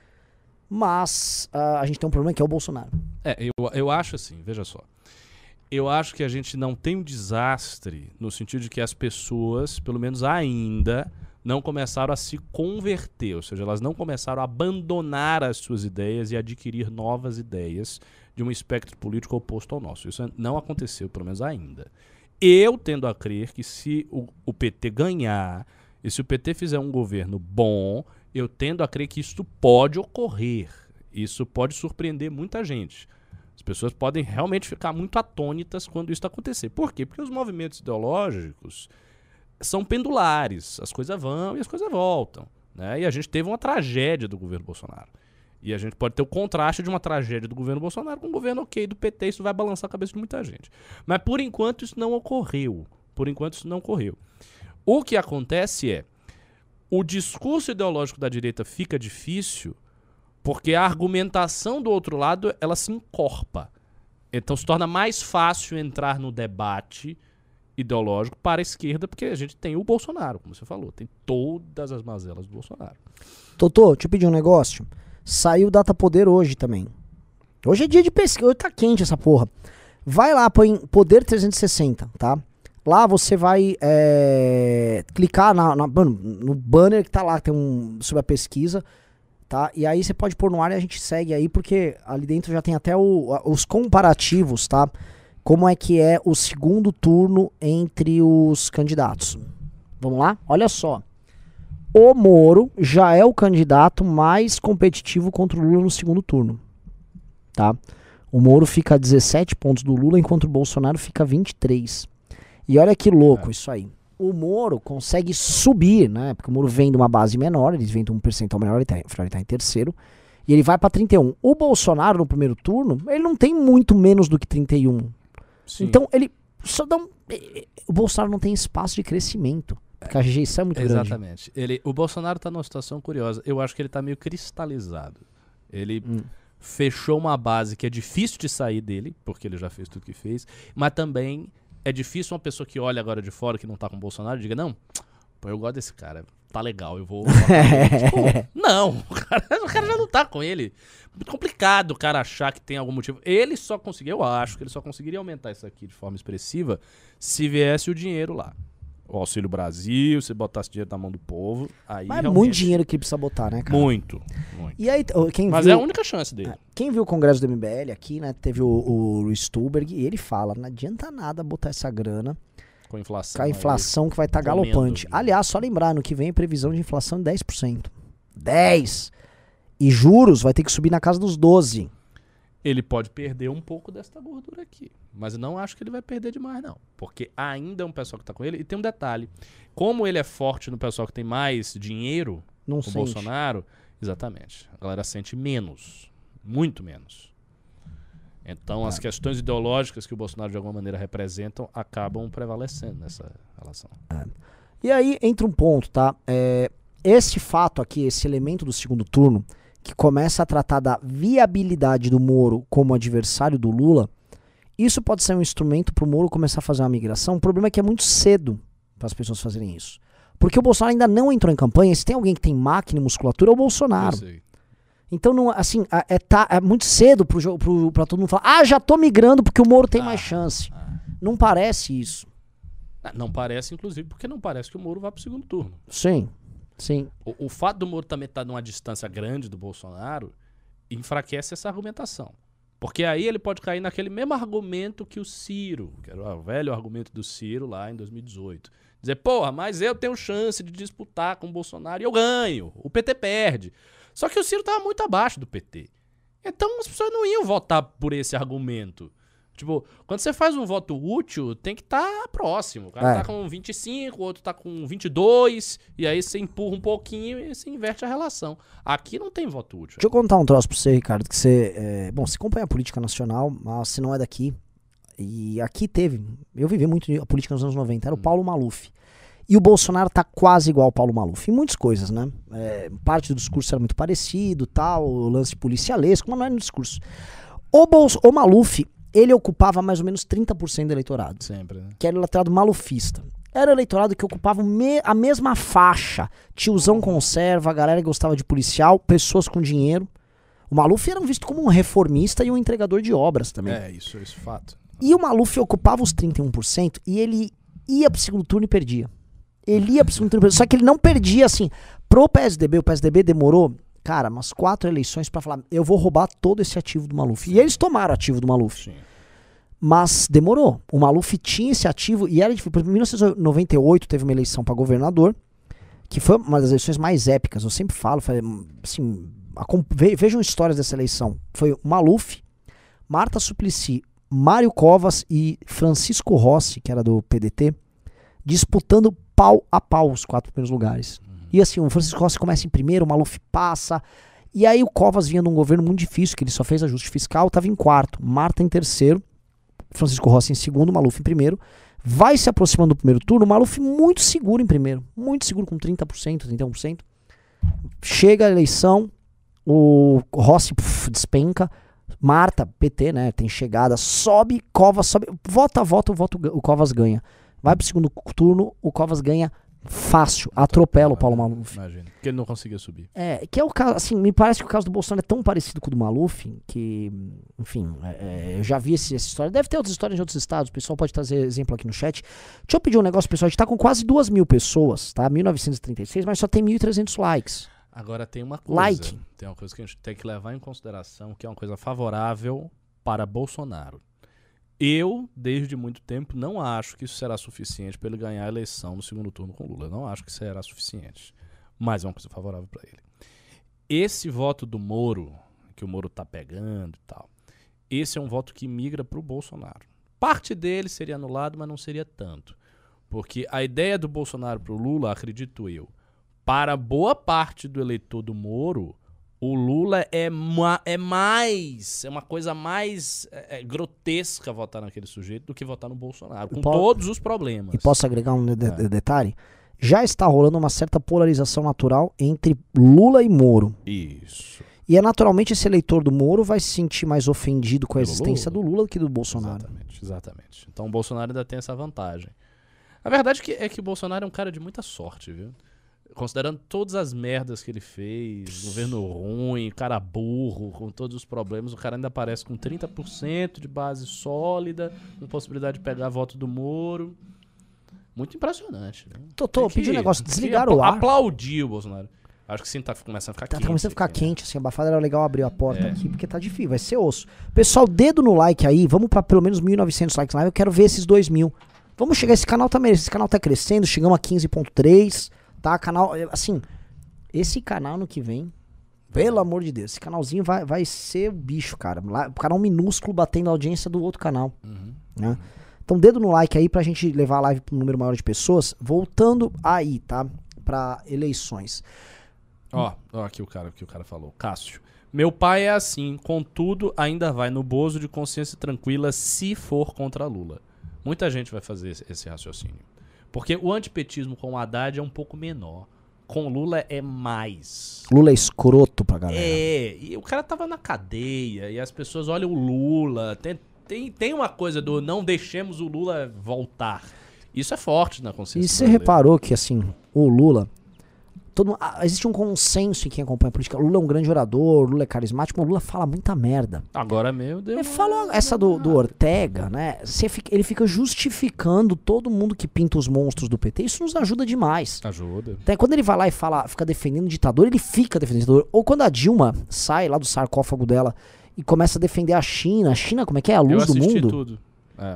Mas uh, a gente tem um problema que é o Bolsonaro.
É, eu, eu acho assim, veja só. Eu acho que a gente não tem um desastre no sentido de que as pessoas, pelo menos ainda, não começaram a se converter, ou seja, elas não começaram a abandonar as suas ideias e adquirir novas ideias de um espectro político oposto ao nosso. Isso não aconteceu, pelo menos ainda. Eu tendo a crer que se o, o P T ganhar e se o P T fizer um governo bom, eu tendo a crer que isso pode ocorrer. Isso pode surpreender muita gente. As pessoas podem realmente ficar muito atônitas quando isso acontecer. Por quê? Porque os movimentos ideológicos são pendulares. As coisas vão e as coisas voltam. Né? E a gente teve uma tragédia do governo Bolsonaro. E a gente pode ter o contraste de uma tragédia do governo Bolsonaro com um governo ok do P T. Isso vai balançar a cabeça de muita gente. Mas por enquanto isso não ocorreu. Por enquanto isso não ocorreu. O que acontece é, o discurso ideológico da direita fica difícil porque a argumentação do outro lado, ela se encorpa. Então se torna mais fácil entrar no debate ideológico para a esquerda, porque a gente tem o Bolsonaro, como você falou. Tem todas as mazelas do Bolsonaro.
Totô, deixa eu pedir um negócio. Saiu o Data Poder hoje também. Hoje é dia de pesquisa, hoje tá quente essa porra. Vai lá, põe Poder trezentos e sessenta, tá? Lá você vai é, clicar na, na, no banner que tá lá, tem um sobre a pesquisa, tá? E aí você pode pôr no ar e a gente segue aí, porque ali dentro já tem até o, os comparativos, tá? Como é que é o segundo turno entre os candidatos. Vamos lá? Olha só. O Moro já é o candidato mais competitivo contra o Lula no segundo turno, tá? O Moro fica a dezessete pontos do Lula, enquanto o Bolsonaro fica a vinte e três. E olha que louco é. isso aí. O Moro consegue subir, né? Porque o Moro vem de uma base menor, ele vem de um percentual menor, ele tá, ele tá em terceiro. E ele vai pra trinta e um. O Bolsonaro, no primeiro turno, ele não tem muito menos do que trinta e um. Sim. Então, ele só dá um... O Bolsonaro não tem espaço de crescimento. Porque a rejeição é muito grande.
Exatamente. Ele, o Bolsonaro tá numa situação curiosa. Eu acho que ele tá meio cristalizado. Ele... Hum. Fechou uma base que é difícil de sair dele, porque ele já fez tudo que fez, mas também é difícil uma pessoa que olha agora de fora, que não tá com o Bolsonaro, diga, não, pô, eu gosto desse cara, tá legal, eu vou... tipo, não, o cara, o cara já não tá com ele. Muito complicado o cara achar que tem algum motivo. Ele só conseguiu, eu acho que ele só conseguiria aumentar isso aqui de forma expressiva se viesse o dinheiro lá. O Auxílio Brasil, se botasse dinheiro na mão do povo, aí
Mas é
realmente...
muito dinheiro que ele precisa botar, né, cara?
Muito, muito.
E aí, quem
Mas
viu,
é a única chance dele.
Quem viu o congresso do M B L aqui, né, teve o, o Luiz Stuberg, e ele fala, não adianta nada botar essa grana
com a inflação,
com a inflação aí, que vai estar tá galopante. Aliás, só lembrar, no que vem previsão de inflação de dez por cento. dez por cento! E juros vai ter que subir na casa dos doze por cento.
Ele pode perder um pouco desta gordura aqui. Mas eu não acho que ele vai perder demais, não. Porque ainda é um pessoal que tá com ele. E tem um detalhe. Como ele é forte no pessoal que tem mais dinheiro,
não
o
sente.
Bolsonaro, exatamente. A galera sente menos. Muito menos. Então, é. as questões ideológicas que o Bolsonaro de alguma maneira representam acabam prevalecendo nessa relação.
É. E aí entra um ponto, tá? É, esse fato aqui, esse elemento do segundo turno, que começa a tratar da viabilidade do Moro como adversário do Lula, isso pode ser um instrumento para o Moro começar a fazer uma migração. O problema é que é muito cedo para as pessoas fazerem isso. Porque o Bolsonaro ainda não entrou em campanha. Se tem alguém que tem máquina e musculatura, é o Bolsonaro. Então, não, assim, é, tá, é muito cedo para todo mundo falar, ah, já tô migrando porque o Moro tem ah, mais chance. Ah. Não parece isso.
Não parece, inclusive, porque não parece que o Moro vá para o segundo turno.
Sim. Sim.
O, o fato do Moro também estar numa distância grande do Bolsonaro enfraquece essa argumentação. Porque aí ele pode cair naquele mesmo argumento que o Ciro, que era o velho argumento do Ciro lá em dois mil e dezoito. Dizer, porra, mas eu tenho chance de disputar com o Bolsonaro e eu ganho. O P T perde. Só que o Ciro estava muito abaixo do P T. Então as pessoas não iam votar por esse argumento. Tipo, quando você faz um voto útil, tem que estar tá próximo. O cara é. tá com vinte e cinco, o outro tá com vinte e dois, e aí você empurra um pouquinho e você inverte a relação. Aqui não tem voto útil.
Deixa eu contar um troço pra você, Ricardo, que você... É, bom, você acompanha a política nacional, mas você não é daqui. E aqui teve... Eu vivi muito a política nos anos noventa, era o Paulo Maluf. E o Bolsonaro tá quase igual ao Paulo Maluf, em muitas coisas, né? É, parte do discurso era muito parecido, tal, o lance policialesco, mas não é no discurso. O, Bolso, o Maluf... ele ocupava mais ou menos trinta por cento do eleitorado.
Sempre, né?
Que era o eleitorado malufista. Era o eleitorado que ocupava me, a mesma faixa. Tiozão conserva, a galera que gostava de policial, pessoas com dinheiro. O Maluf era visto como um reformista e um entregador de obras também.
É, isso, isso é fato.
E o Maluf ocupava os trinta e um por cento e ele ia pro segundo turno e perdia. Ele ia pro segundo turno e perdia. Só que ele não perdia, assim, pro P S D B. O P S D B demorou... cara, umas quatro eleições pra falar, eu vou roubar todo esse ativo do Maluf. Sim. E eles tomaram o ativo do Maluf. Sim. Mas demorou. O Maluf tinha esse ativo e era difícil. Em mil novecentos e noventa e oito teve uma eleição pra governador, que foi uma das eleições mais épicas. Eu sempre falo, assim, vejam histórias dessa eleição. Foi o Maluf, Marta Suplicy, Mário Covas e Francisco Rossi, que era do P D T, disputando pau a pau os quatro primeiros lugares. E assim, o Francisco Rossi começa em primeiro, o Maluf passa. E aí o Covas vinha num governo muito difícil, que ele só fez ajuste fiscal, estava em quarto. Marta em terceiro, Francisco Rossi em segundo, Maluf em primeiro. Vai se aproximando do primeiro turno, o Maluf muito seguro em primeiro. Muito seguro, com trinta por cento, trinta e um por cento. Chega a eleição, o Rossi puf, despenca. Marta, P T, né, tem chegada, sobe, Covas sobe. Vota, vota, vota, o Covas ganha. Vai pro segundo turno, o Covas ganha Fácil. Atropela o Paulo Maluf.
Imagina. Porque ele não conseguia subir.
É, que é o caso, assim, me parece que o caso do Bolsonaro é tão parecido com o do Maluf, que, enfim, é, é, eu já vi esse, essa história. Deve ter outras histórias de outros estados, o pessoal pode trazer exemplo aqui no chat. Deixa eu pedir um negócio, pessoal, a gente tá com quase duas mil pessoas, tá? mil novecentos e trinta e seis, mas só tem mil e trezentos likes.
Agora tem uma coisa.
Like.
Tem uma coisa que a gente tem que levar em consideração, que é uma coisa favorável para Bolsonaro. Eu, desde muito tempo, não acho que isso será suficiente para ele ganhar a eleição no segundo turno com Lula. Eu não acho que será suficiente. Mas é uma coisa favorável para ele. Esse voto do Moro, que o Moro tá pegando e tal, esse é um voto que migra para o Bolsonaro. Parte dele seria anulado, mas não seria tanto. Porque a ideia do Bolsonaro para o Lula, acredito eu, para boa parte do eleitor do Moro, o Lula é, ma é mais, é uma coisa mais é, é, grotesca votar naquele sujeito do que votar no Bolsonaro, com todos os problemas.
E posso agregar um de é. detalhe? Já está rolando uma certa polarização natural entre Lula e Moro.
Isso.
E é naturalmente esse eleitor do Moro vai se sentir mais ofendido com a
Pelo
existência
Lula?
do Lula do que do Bolsonaro.
Exatamente, exatamente. Então o Bolsonaro ainda tem essa vantagem. A verdade é que, é que o Bolsonaro é um cara de muita sorte, viu? Considerando todas as merdas que ele fez, governo ruim, cara burro, com todos os problemas, o cara ainda aparece com trinta por cento de base sólida, com possibilidade de pegar voto do Moro. Muito impressionante. Né?
Totô, pedi um negócio, desligaram o ar.
Aplaudir o Bolsonaro. Acho que sim, tá começando a ficar
tá,
quente.
Tá começando a ficar
aqui,
quente,
né?
assim, abafado, era legal abrir a porta
É.
aqui, porque tá difícil, vai ser osso. Pessoal, dedo no like aí, vamos pra pelo menos mil e novecentos likes lá, eu quero ver esses dois mil. Vamos chegar, esse canal tá esse canal tá crescendo, chegamos a quinze ponto três, tá, canal, assim, esse canal no que vem, pelo amor de Deus, esse canalzinho vai, vai ser o bicho, cara, lá, canal minúsculo batendo a audiência do outro canal,
Uhum.
né? Então dedo no like aí pra gente levar a live pra um número maior de pessoas, voltando aí, tá, pra eleições.
Ó, ó aqui o cara que o cara falou. Cássio. Meu pai é assim, contudo, ainda vai no bozo de consciência tranquila se for contra Lula. Muita gente vai fazer esse, esse raciocínio. Porque o antipetismo com o Haddad é um pouco menor. Com Lula é mais.
Lula é escroto pra galera.
É, e o cara tava na cadeia, e as pessoas olham o Lula. Tem, tem, tem uma coisa do não deixemos o Lula voltar. Isso é forte na consciência.
E você
brasileira.
reparou que, assim, o Lula... Todo, ah, existe um consenso em quem acompanha a política. O Lula é um grande orador, o Lula é carismático, mas o Lula fala muita merda.
Agora meu Deus.
Ele falou essa do, do Ortega, né? Você fica, ele fica justificando todo mundo que pinta os monstros do P T. Isso nos ajuda demais.
Ajuda.
Até quando ele vai lá e fala, fica defendendo o ditador, ele fica defendendo o ditador. Ou quando a Dilma sai lá do sarcófago dela e começa a defender a China. A China, como é que é? A luz
Eu
do
assisti
mundo.
tudo. É.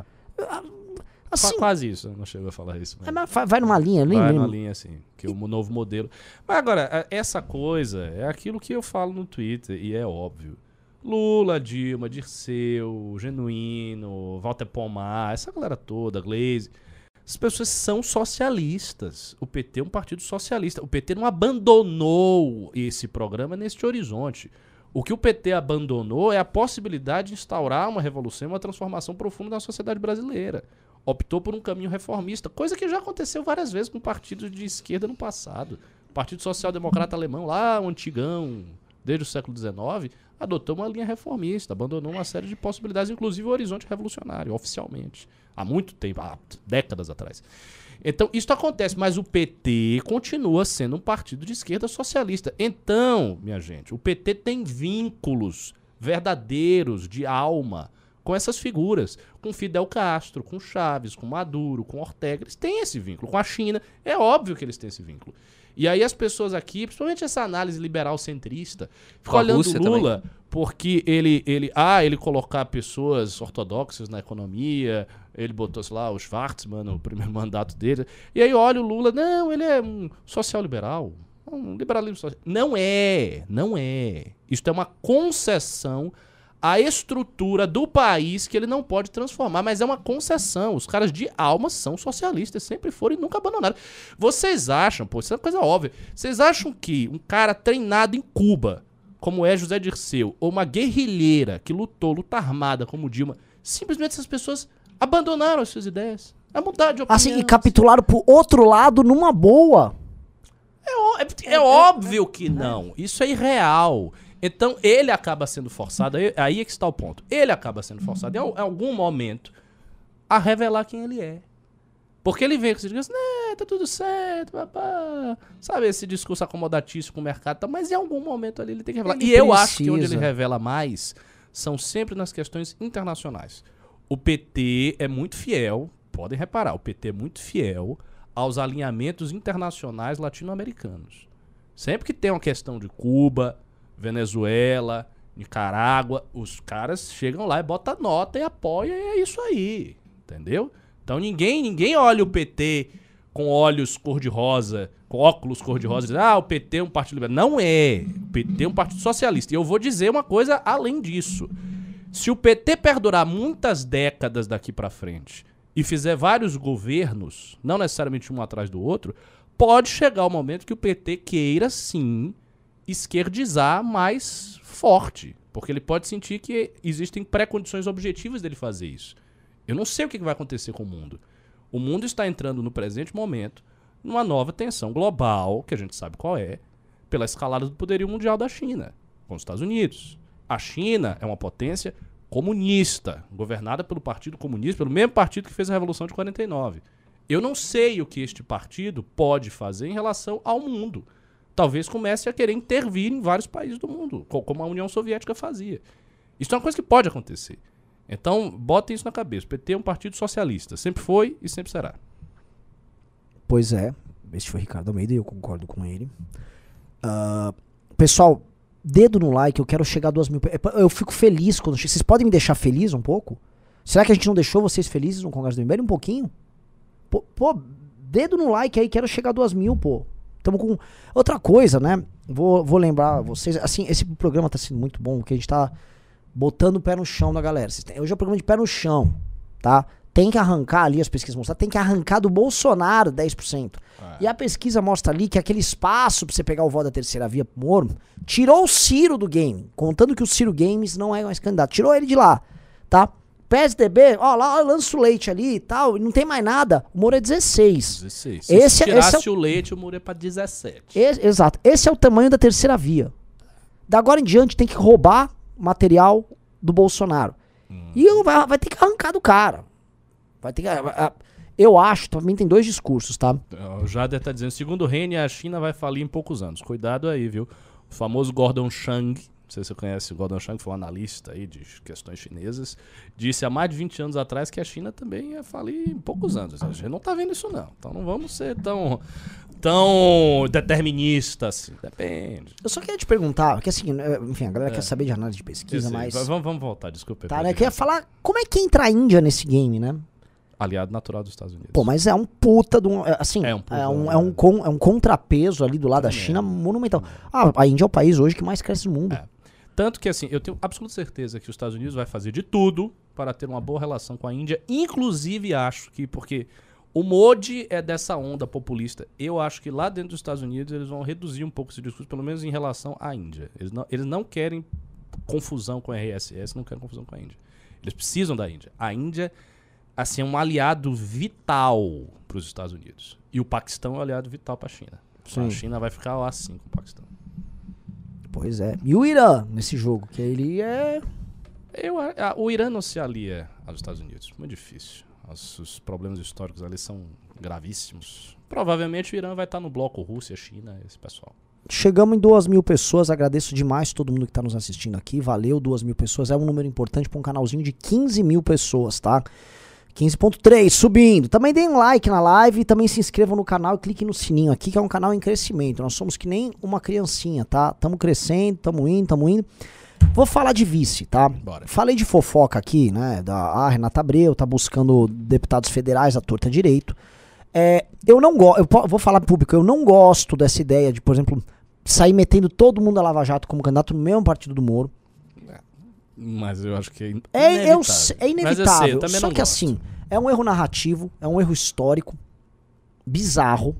Assim,
Quase isso, eu não chego a falar isso. Mas...
é, mas vai vai numa linha,
Vai
lembra?
numa linha assim, que o novo modelo. Mas agora, essa coisa é aquilo que eu falo no Twitter, e é óbvio. Lula, Dilma, Dirceu, Genuíno, Walter Pomar, essa galera toda, Gleisi, as pessoas são socialistas. O P T é um partido socialista. O P T não abandonou esse programa neste horizonte. O que o P T abandonou é a possibilidade de instaurar uma revolução, uma transformação profunda na sociedade brasileira. Optou por um caminho reformista, coisa que já aconteceu várias vezes com partidos de esquerda no passado. O Partido Social Democrata Alemão, lá, o antigão, desde o século dezenove, adotou uma linha reformista, abandonou uma série de possibilidades, inclusive o horizonte revolucionário, oficialmente. Há muito tempo, há décadas atrás. Então, isso acontece, mas o P T continua sendo um partido de esquerda socialista. Então, minha gente, o P T tem vínculos verdadeiros de alma com essas figuras, com Fidel Castro, com Chaves, com Maduro, com Ortega. Eles têm esse vínculo. Com a China, é óbvio que eles têm esse vínculo. E aí as pessoas aqui, principalmente essa análise liberal centrista, ficam olhando o Lula também. Porque ele, ele, ah, ele colocar pessoas ortodoxas na economia, ele botou, sei lá, o Schwartzman no primeiro mandato dele, e aí olha o Lula, não, ele é um social-liberal, um liberalismo social. Não é, não é. Isso é uma concessão a estrutura do país que ele não pode transformar, mas é uma concessão. Os caras de alma são socialistas, sempre foram e nunca abandonaram. Vocês acham, pô, isso é uma coisa óbvia, vocês acham que um cara treinado em Cuba, como é José Dirceu, ou uma guerrilheira que lutou, luta armada como Dilma, simplesmente essas pessoas abandonaram as suas ideias? É mudar de opinião.
Assim, e capitularam pro outro lado numa boa.
É, ó- é- é óbvio que não. Isso é irreal. Então, ele acaba sendo forçado, aí, aí é que está o ponto. Ele acaba sendo forçado em al- em algum momento a revelar quem ele é. Porque ele vem com esse discurso, né, tá tudo certo, papá. Sabe, esse discurso acomodatício com o mercado, tá, mas em algum momento ali ele tem que revelar.
Ele
e eu
precisa.
acho que onde ele revela mais são sempre nas questões internacionais. O P T é muito fiel, podem reparar, o P T é muito fiel aos alinhamentos internacionais latino-americanos. Sempre que tem uma questão de Cuba, Venezuela, Nicarágua, os caras chegam lá e botam nota e apoiam, e é isso aí, entendeu? Então ninguém, ninguém olha o P T com olhos cor-de-rosa, com óculos cor-de-rosa e diz, ah, o P T é um partido liberal. Não é. O P T é um partido socialista. E eu vou dizer uma coisa além disso. Se o P T perdurar muitas décadas daqui pra frente e fizer vários governos, não necessariamente um atrás do outro, pode chegar o momento que o P T queira, sim, esquerdizar mais forte. Porque ele pode sentir que existem pré-condições objetivas dele fazer isso. Eu não sei o que vai acontecer com o mundo. O mundo está entrando no presente momento numa nova tensão global, que a gente sabe qual é, pela escalada do poderio mundial da China, com os Estados Unidos. A China é uma potência comunista, governada pelo Partido Comunista, pelo mesmo partido que fez a Revolução de quarenta e nove. Eu não sei o que este partido pode fazer em relação ao mundo. Talvez comece a querer intervir em vários países do mundo, como a União Soviética fazia. Isso é uma coisa que pode acontecer. Então, botem isso na cabeça. O P T é um partido socialista. Sempre foi e sempre será.
Pois é. Esse foi Ricardo Almeida e eu concordo com ele. Uh, pessoal, dedo no like. Eu quero chegar a duas mil... Eu fico feliz quando... Vocês podem me deixar feliz um pouco? Será que a gente não deixou vocês felizes no Congresso do M B L? Um pouquinho? Pô, pô, dedo no like aí. Quero chegar a duas mil, pô. Tamo com... Outra coisa, né? Vou, vou lembrar vocês... Assim, esse programa tá sendo muito bom, porque a gente tá... botando o pé no chão da galera. Hoje é um programa de pé no chão, tá? Tem que arrancar ali, as pesquisas mostram, tem que arrancar do Bolsonaro dez por cento. Ah. E a pesquisa mostra ali que aquele espaço pra você pegar o voto da terceira via pro Moro, tirou o Ciro do game, contando que o Ciro Games não é mais candidato. Tirou ele de lá, tá? P S D B, ó, lá lança o leite ali e tal, não tem mais nada. O Moro é dezesseis.
dezesseis. Se
esse,
tirasse
esse é o...
o leite, o Moro é pra dezessete.
Esse, exato. Esse é o tamanho da terceira via. Da agora em diante tem que roubar material do Bolsonaro. Hum. E vai, vai ter que arrancar do cara. Vai ter que... Eu acho, também tem dois discursos, tá?
O Jader tá dizendo, segundo o Rene, a China vai falir em poucos anos. Cuidado aí, viu? O famoso Gordon Chang, não sei se você conhece o Gordon Chang, foi um analista aí de questões chinesas, disse há mais de vinte anos atrás que a China também ia falir em poucos anos. A gente não tá vendo isso não. Então não vamos ser tão... tão determinista assim. Depende.
Eu só queria te perguntar, porque assim, enfim, a galera
é.
quer saber de análise de pesquisa, mas...
Vamos, vamos voltar, desculpa.
Tá, né? Eu queria falar, como é que entra a Índia nesse game, né?
Aliado natural dos Estados Unidos.
Pô, mas é um puta de um... Assim,
é um, puta,
é um, é um, con, é um contrapeso ali do lado é. da China monumental. Ah, a Índia é o país hoje que mais cresce no mundo.
É. Tanto que, assim, eu tenho absoluta certeza que os Estados Unidos vai fazer de tudo para ter uma boa relação com a Índia. Inclusive, acho que, porque... O Modi é dessa onda populista. Eu acho que lá dentro dos Estados Unidos eles vão reduzir um pouco esse discurso, pelo menos em relação à Índia. Eles não, eles não querem confusão com a R S S, não querem confusão com a Índia. Eles precisam da Índia. A Índia, assim, é um aliado vital para os Estados Unidos. E o Paquistão é um aliado vital para a China. Sim. A China vai ficar lá assim com o Paquistão.
Pois é. E o Irã nesse jogo? Que ele é...
Eu, a, o Irã não se alia aos Estados Unidos. Muito difícil. Os, os problemas históricos ali são gravíssimos. Provavelmente o Irã vai estar no bloco Rússia, China, esse pessoal.
Chegamos em duas mil pessoas, agradeço demais todo mundo que está nos assistindo aqui, valeu, duas mil pessoas, é um número importante para um canalzinho de quinze mil pessoas, tá? quinze ponto três, subindo. Também deem um like na live e também se inscrevam no canal e cliquem no sininho aqui, que é um canal em crescimento. Nós somos que nem uma criancinha, tá? Tamo crescendo, tamo indo, tamo indo. Vou falar de vice, tá?
Bora.
Falei de fofoca aqui, né? Da ah, Renata Abreu, tá buscando deputados federais à torta direito. É, eu não gosto, eu vou falar público, eu não gosto dessa ideia de, por exemplo, sair metendo todo mundo a Lava Jato como candidato no mesmo partido do Moro.
Mas eu acho que é inevitável.
É, eu, é inevitável. Mas eu sei, eu também Só
não
que
gosto.
assim, é um erro narrativo, é um erro histórico, bizarro.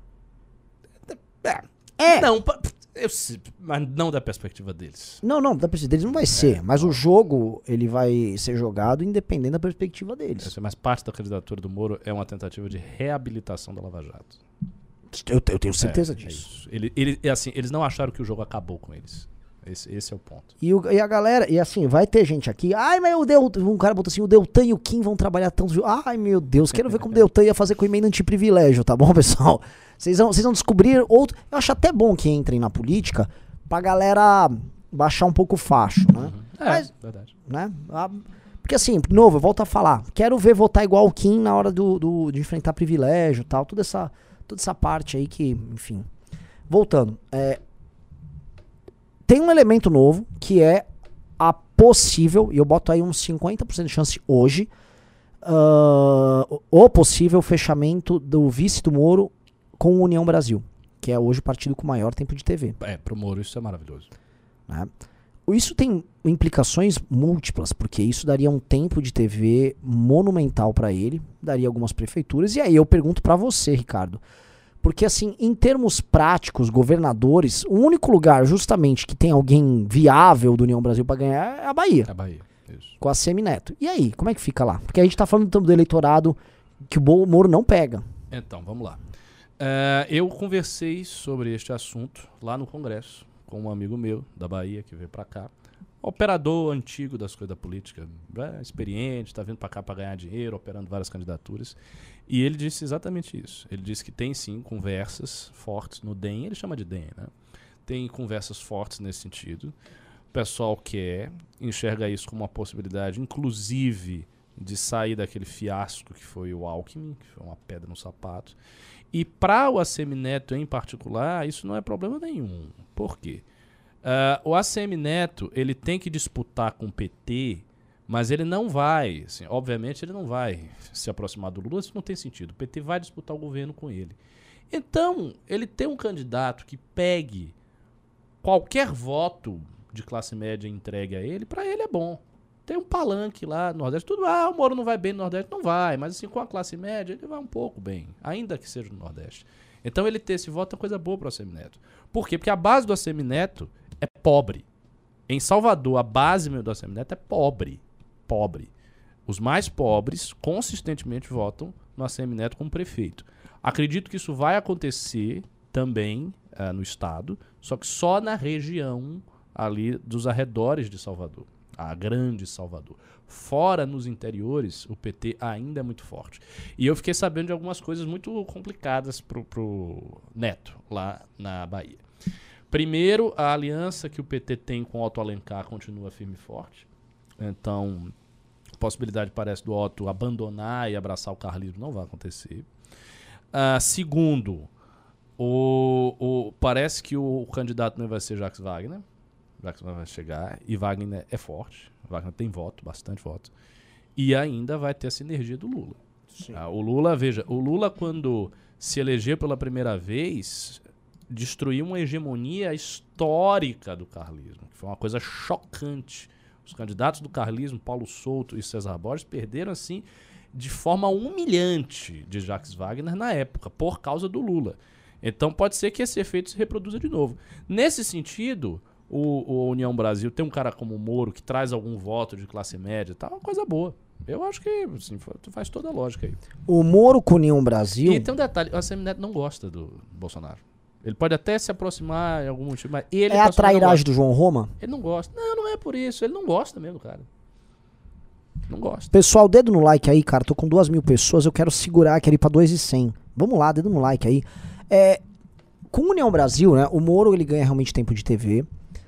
É. Não, eu, mas não da perspectiva deles.
Não, não, da perspectiva deles não vai ser. É, mas não. O jogo, ele vai ser jogado independente da perspectiva deles.
Mas parte da candidatura do Moro é uma tentativa de reabilitação da Lava Jato.
Eu, eu tenho certeza
é,
disso.
É ele, ele, é assim, eles não acharam que o jogo acabou com eles. Esse, esse é o ponto.
E, o, e a galera, e assim, vai ter gente aqui, ai, mas o Deltan, um cara botou assim, o Deltan e o Kim vão trabalhar tanto, ai meu Deus, quero ver como o Deltan ia fazer com emenda antiprivilégio, tá bom, pessoal? Vocês vão, vocês vão descobrir outro, eu acho até bom que entrem na política pra galera baixar um pouco o facho, né?
Uhum. É,
mas,
verdade.
Né? A, porque assim, de novo, eu volto a falar, quero ver votar igual o Kim na hora do, do, de enfrentar privilégio e tal, toda essa, toda essa parte aí que, enfim. Voltando, é, tem um elemento novo que é a possível, e eu boto aí uns cinquenta por cento de chance hoje, uh, o possível fechamento do vice do Moro com o União Brasil, que é hoje o partido com maior tempo de T V.
É, pro Moro isso é maravilhoso.
Né? Isso tem implicações múltiplas, porque isso daria um tempo de T V monumental para ele, daria algumas prefeituras, e aí eu pergunto para você, Ricardo, porque assim, em termos práticos, governadores, o único lugar justamente que tem alguém viável do União Brasil para ganhar é a Bahia.
É a Bahia, isso.
Com a Semineto. E aí, como é que fica lá? Porque a gente tá falando do eleitorado que o Moro não pega.
Então, vamos lá. Uh, eu conversei sobre este assunto lá no Congresso com um amigo meu da Bahia que veio para cá. Operador antigo das coisas da política, é, experiente, está vindo para cá para ganhar dinheiro, operando várias candidaturas. E ele disse exatamente isso. Ele disse que tem sim conversas fortes no D E M, ele chama de D E M, né? Tem conversas fortes nesse sentido. O pessoal quer, enxerga isso como uma possibilidade, inclusive, de sair daquele fiasco que foi o Alckmin, que foi uma pedra no sapato. E para o Assemineto em particular, isso não é problema nenhum. Por quê? Uh, o Assemineto, ele tem que disputar com o P T, mas ele não vai, assim, obviamente ele não vai se aproximar do Lula, isso não tem sentido. O P T vai disputar o governo com ele. Então, ele tem um candidato que pegue qualquer voto de classe média e entregue a ele, para ele é bom. Tem um palanque lá no Nordeste, tudo, ah, o Moro não vai bem no Nordeste, não vai, mas assim, com a classe média, ele vai um pouco bem, ainda que seja no Nordeste. Então ele ter esse voto é coisa boa para o Assemineto. Por quê? Porque a base do Assemineto é pobre. Em Salvador, a base do Assemineto é pobre. Pobre. Os mais pobres consistentemente votam no Assemineto como prefeito. Acredito que isso vai acontecer também uh, no estado, só que só na região ali dos arredores de Salvador. A grande Salvador. Fora nos interiores, o P T ainda é muito forte. E eu fiquei sabendo de algumas coisas muito complicadas pro, pro Neto, lá na Bahia. Primeiro, a aliança que o P T tem com o Otto Alencar continua firme e forte. Então, a possibilidade, parece, do Otto abandonar e abraçar o carlismo não vai acontecer. Uh, segundo, o, o, parece que o, o candidato não vai ser Jacques Wagner. Wagner vai chegar, e Wagner é forte, Wagner tem voto, bastante voto, e ainda vai ter a sinergia do Lula. Ah, o Lula, veja, o Lula quando se elegeu pela primeira vez, destruiu uma hegemonia histórica do carlismo, que foi uma coisa chocante. Os candidatos do carlismo, Paulo Souto e César Borges, perderam assim de forma humilhante de Jacques Wagner na época, por causa do Lula. Então pode ser que esse efeito se reproduza de novo. Nesse sentido, O, o União Brasil tem um cara como o Moro que traz algum voto de classe média e tal, é uma coisa boa. Eu acho que assim, faz toda a lógica aí.
O Moro com o União Brasil...
E tem um detalhe, o Assemineto não gosta do Bolsonaro. Ele pode até se aproximar em algum motivo, mas ele...
É a trairagem do João Roma?
Ele não gosta. Não, não é por isso. Ele não gosta mesmo, cara. Não gosta.
Pessoal, dedo no like aí, cara. Tô com duas mil pessoas, eu quero segurar aquele pra dois e cem. Vamos lá, dedo no like aí. É, com o União Brasil, né, o Moro ele ganha realmente tempo de T V.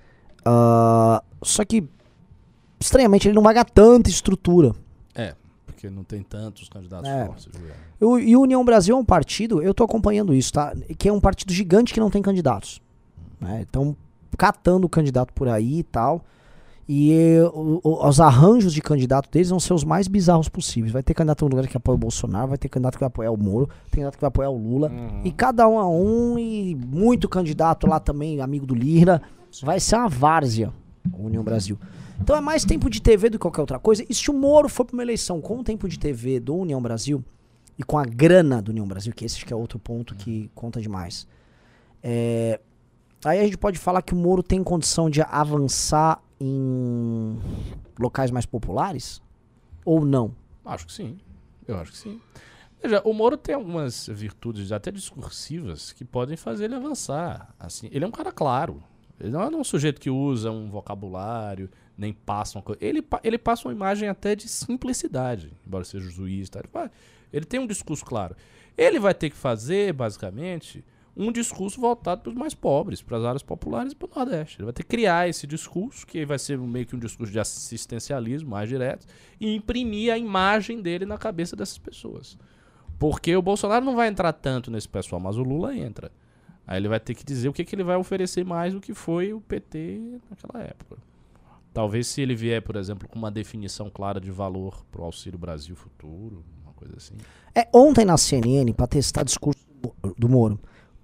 Uh, só que, estranhamente, ele não vai ganhar tanta estrutura.
É, porque não tem tantos candidatos
é.
fortes.
O, e o União Brasil é um partido, eu tô acompanhando isso, tá? Que é um partido gigante que não tem candidatos. Né? Então, catando o candidato por aí e tal. E o, o, os arranjos de candidato deles vão ser os mais bizarros possíveis. Vai ter candidato no lugar que apoia o Bolsonaro, vai ter candidato que vai apoiar o Moro, tem candidato que vai apoiar o Lula. Uhum. E cada um a um, e muito candidato lá também, amigo do Lira. Vai ser uma várzea, a União Brasil. Então é mais tempo de T V do que qualquer outra coisa. E se o Moro for pra uma eleição com o tempo de T V do União Brasil e com a grana do União Brasil, que esse acho que é outro ponto que conta demais, é, aí a gente pode falar que o Moro tem condição de avançar em locais mais populares? Ou não?
Acho que sim. Eu acho que sim. Veja, o Moro tem algumas virtudes até discursivas que podem fazer ele avançar. Assim, ele é um cara claro. Ele não é um sujeito que usa um vocabulário, nem passa uma coisa. Ele, ele passa uma imagem até de simplicidade, embora seja juiz. Tá? Ele, vai, ele tem um discurso claro. Ele vai ter que fazer, basicamente, um discurso voltado para os mais pobres, para as áreas populares e para o Nordeste. Ele vai ter que criar esse discurso, que vai ser meio que um discurso de assistencialismo mais direto, e imprimir a imagem dele na cabeça dessas pessoas. Porque o Bolsonaro não vai entrar tanto nesse pessoal, mas o Lula entra. Aí ele vai ter que dizer o que, que ele vai oferecer mais do que foi o P T naquela época. Talvez se ele vier, por exemplo, com uma definição clara de valor para o Auxílio Brasil Futuro, uma coisa assim.
É, ontem na C N N, para testar o discurso do Moro,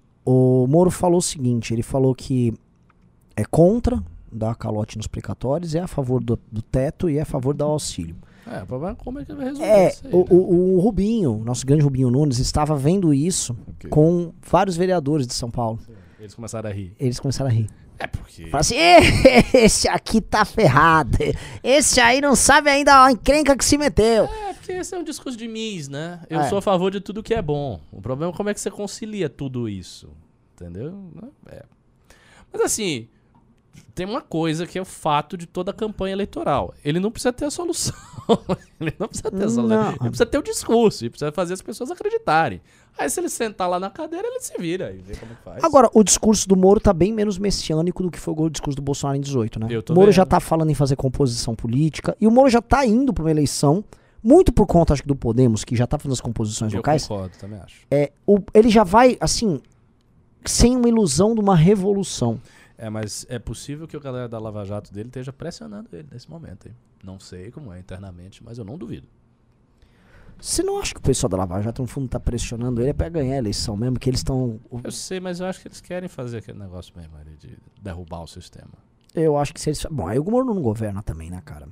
o Moro falou o seguinte, ele falou que é contra dar calote nos precatórios, é a favor do, do teto e é a favor do auxílio.
É, o problema é como é que ele vai resolver
É,
isso aí,
o,
né?
o, o Rubinho, nosso grande Rubinho Nunes, estava vendo isso
Ok.
com vários vereadores de São Paulo.
Eles começaram a rir.
Eles começaram a rir.
É porque...
Falaram assim, esse aqui tá ferrado, esse aí não sabe ainda a encrenca que se meteu.
É, porque esse é um discurso de Miss, né? Eu
É.
sou a favor de tudo que é bom. O problema é como é que você concilia tudo isso. Entendeu? É. Mas assim, tem uma coisa que é o fato de toda a campanha eleitoral. Ele não precisa ter a solução. Ele não precisa ter a solução.
Não.
Ele precisa ter o discurso. Ele precisa fazer as pessoas acreditarem. Aí se ele sentar lá na cadeira, ele se vira e vê como é que faz.
Agora, o discurso do Moro tá bem menos messiânico do que foi o discurso do Bolsonaro em dezoito, né?
Eu tô
O Moro
vendo.
já tá falando em fazer composição política e o Moro já tá indo pra uma eleição, muito por conta, acho que, do Podemos, que já tá fazendo as composições
Eu
locais.
concordo, também acho.
É, o, ele já vai, assim, sem uma ilusão de uma revolução.
É, mas é possível que o galera da Lava Jato dele esteja pressionando ele nesse momento, hein? Não sei como é internamente, mas eu não duvido.
Você não acha que o pessoal da Lava Jato, no fundo, tá pressionando ele é pra ganhar a eleição mesmo, que eles estão...
Eu sei, mas eu acho que eles querem fazer aquele negócio mesmo ali de derrubar o sistema.
Eu acho que se eles... Bom, aí o Moro não governa também, né, cara?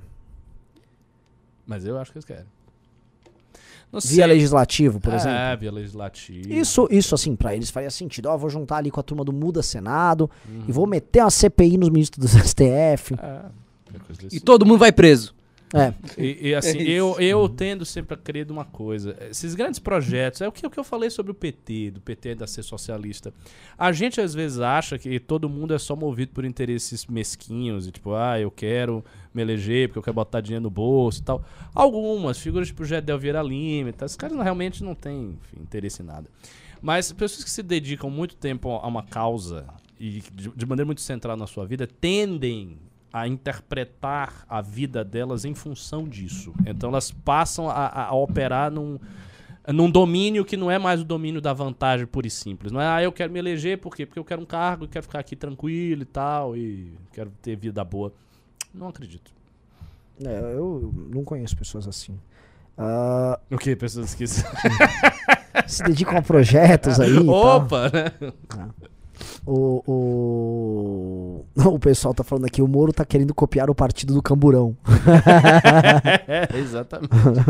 Mas eu acho que eles querem. Não
Via
sei.
legislativo, por exemplo.
É, via legislativo.
Isso, isso assim, pra eles faria sentido. Ó, vou juntar ali com a turma do Muda Senado
Uhum.
e vou meter uma C P I nos ministros do S T F.
É, qualquer coisa desse
E todo mundo vai preso.
É.
E, e, assim,
É
eu, eu tendo sempre a crer de uma coisa. Esses grandes projetos, é o que, o que eu falei sobre o P T, do P T ainda ser socialista. A gente às vezes acha que todo mundo é só movido por interesses mesquinhos, e tipo, ah, eu quero me eleger porque eu quero botar dinheiro no bolso e tal. Algumas, figuras tipo Gedel Vieira Lima e tal, esses caras não- realmente não têm, enfim, interesse em nada. Mas pessoas que se dedicam muito tempo a uma causa e de, de maneira muito central na sua vida tendem a interpretar a vida delas em função disso. Então elas passam a, a- a operar num, num domínio que não é mais o domínio da vantagem pura e simples. Não é, ah, eu quero me eleger, por quê? Porque eu quero um cargo, eu quero ficar aqui tranquilo e tal, e quero ter vida boa. Não acredito.
É, eu não conheço pessoas assim. Ah,
O que? Pessoas que...
se dedicam a projetos aí. e tal.
Opa, né?
O, o, o pessoal tá falando aqui, o Moro tá querendo copiar o partido do Camburão.
É, exatamente.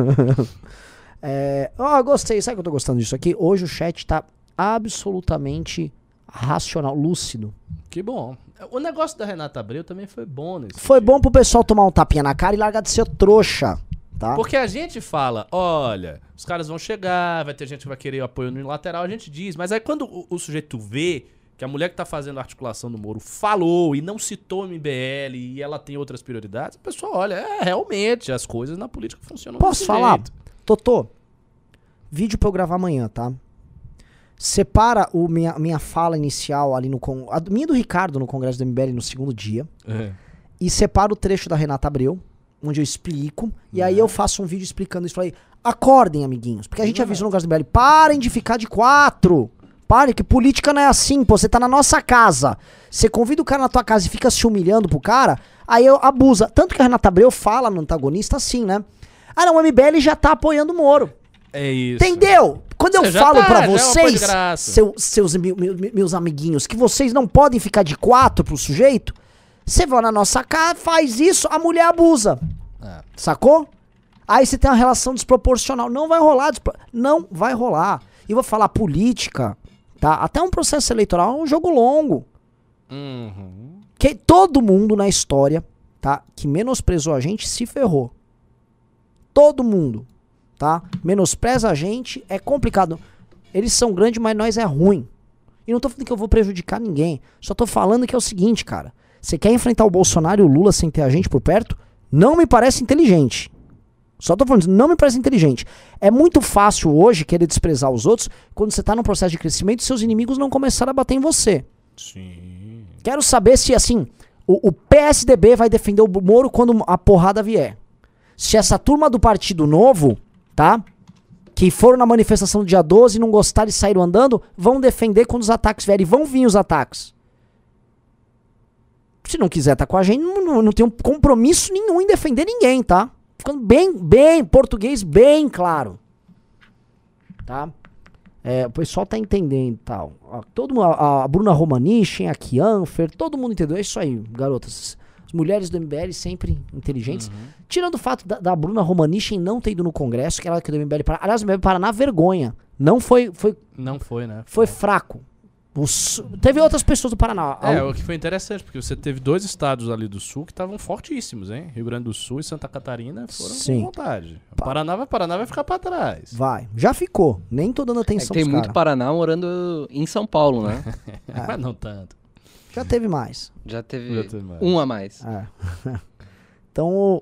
É, ó, gostei, sabe que eu tô gostando disso aqui? Hoje o chat tá absolutamente racional, lúcido.
Que bom. O negócio da Renata Abreu também foi bom nesse
Foi
sentido.
bom pro pessoal tomar um tapinha na cara e largar de ser trouxa, tá?
Porque a gente fala, olha, os caras vão chegar, vai ter gente que vai querer apoio unilateral, a gente diz. Mas aí quando o, o sujeito vê que a mulher que tá fazendo a articulação do Moro falou e não citou o M B L e ela tem outras prioridades, a pessoa olha, é, realmente, as coisas na política funcionam
Posso
desse
falar?
jeito.
Totô, vídeo pra eu gravar amanhã, tá? Separa o minha, minha fala inicial ali no... Con... A minha e do Ricardo no Congresso do M B L no segundo dia.
É.
E separa o trecho da Renata Abreu, onde eu explico. E aí eu faço um vídeo explicando isso. Falei, acordem, amiguinhos. Porque a gente avisa no Congresso do M B L, parem de ficar de quatro. Parem, que política não é assim, pô. Você tá na nossa casa. Você convida o cara na tua casa e fica se humilhando pro cara, aí eu abusa. Tanto que a Renata Abreu fala no antagonista assim, né? Ah, não, o M B L já tá apoiando o Moro.
É isso.
Entendeu? Quando eu
Você já
falo
tá,
pra
já é um apoio de
vocês,
graça.
seu- seus mi- mi- meus amiguinhos, que vocês não podem ficar de quatro pro sujeito, você vai na nossa casa, faz isso, a mulher abusa.
É.
Sacou? Aí você tem uma relação desproporcional. Não vai rolar. despro- Não vai rolar. E vou falar, política, tá? Até um processo eleitoral é um jogo longo.
Uhum.
Que todo mundo na história, tá? Que menosprezou a gente se ferrou. Todo mundo, tá? Menospreza a gente, é complicado. Eles são grandes, mas nós é ruim. E não tô falando que eu vou prejudicar ninguém. Só tô falando que é o seguinte, cara. Você quer enfrentar o Bolsonaro e o Lula sem ter a gente por perto? Não me parece inteligente. Só tô falando isso, não me parece inteligente. É muito fácil hoje querer desprezar os outros quando você tá num processo de crescimento e seus inimigos não começaram a bater em você.
Sim.
Quero saber se, assim, o, o P S D B vai defender o Moro quando a porrada vier. Se essa turma do Partido Novo, tá? Que foram na manifestação do dia doze e não gostaram e saíram andando, vão defender quando os ataques vierem. E vão vir os ataques. Se não quiser estar com a gente, não, não, não tem um compromisso nenhum em defender ninguém, tá? Ficando bem, bem, português bem claro. Tá? É, o pessoal tá entendendo e tal. Ó, todo mundo, a, a Bruna Romanichin, a Kianfer, todo mundo entendeu. É isso aí, garotas. As mulheres do M B L sempre inteligentes. Uhum. Tirando o fato da, da Bruna Romanichin não ter ido no Congresso, que ela que do M B L Paraná. Aliás, o M B L Paraná, vergonha. Não foi... foi
não foi, né?
Foi fraco. Os, teve outras pessoas do Paraná.
É, o que foi interessante, porque você teve dois estados ali do sul que estavam fortíssimos, hein? Rio Grande do Sul e Santa Catarina foram Sim. com vontade. O Paraná vai, Paraná vai ficar pra trás.
Vai. Já ficou. Nem tô dando atenção
é, tem muito
cara.
Paraná morando em São Paulo, né?
é. Mas não tanto.
Já teve mais.
Já teve,
Já teve mais.
um a mais.
É. Então o,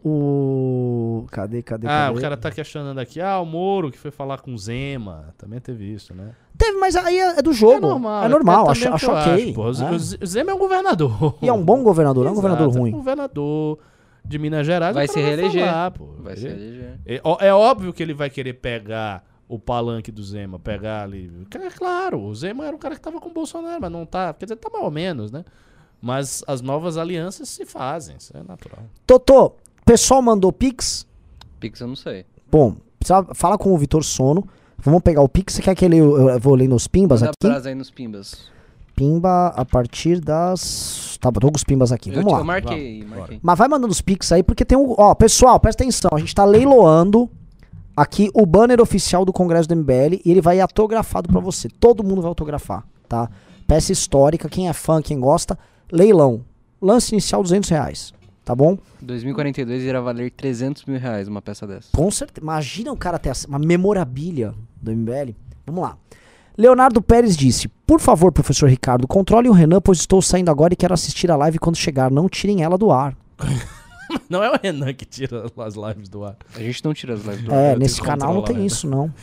o... Cadê, cadê,
ah,
cadê?
o cara tá questionando aqui. Ah, o Moro que foi falar com o Zema. Também teve isso, né?
Teve, mas aí é do jogo. É normal. É normal, acho, acho ok.
Acho, pô, é. O Zema é um governador.
E é um bom governador, não é um governador ruim.
É um governador de Minas Gerais.
Vai se reeleger.
Falar, pô.
Vai se reeleger.
É, é óbvio que ele vai querer pegar o palanque do Zema, pegar ali. É claro, o Zema era um cara que tava com o Bolsonaro, mas não tá. Quer dizer, tá mais ou menos, né? Mas as novas alianças se fazem, isso é natural.
Totô, o pessoal mandou Pix?
Pix eu não sei.
Bom, fala com o Vitor Sono. Vamos pegar o Pix. Você quer que ele, eu, eu vou ler nos Pimbas
Manda
aqui?
Manda aí nos Pimbas.
Pimba a partir das... Tá, tô com os Pimbas aqui. Vamos
eu,
lá.
Eu marquei, marquei.
Mas vai mandando os Pix aí, porque tem um... Ó, pessoal, presta atenção. A gente tá leiloando aqui o banner oficial do Congresso do M B L e ele vai autografado pra você. Todo mundo vai autografar, tá? Peça histórica. Quem é fã, quem gosta... Leilão. Lance inicial duzentos reais. Tá bom?
dois mil e quarenta e dois irá valer trezentos mil reais uma peça dessa.
Com certeza. Imagina o cara ter uma memorabilia do M B L. Vamos lá. Leonardo Pérez disse: por favor, professor Ricardo, controle o Renan, pois estou saindo agora e quero assistir a live quando chegar. Não tirem ela do ar.
Não é o Renan que tira as lives do ar.
A gente não tira as lives do ar.
É, nesse canal não tem isso, não.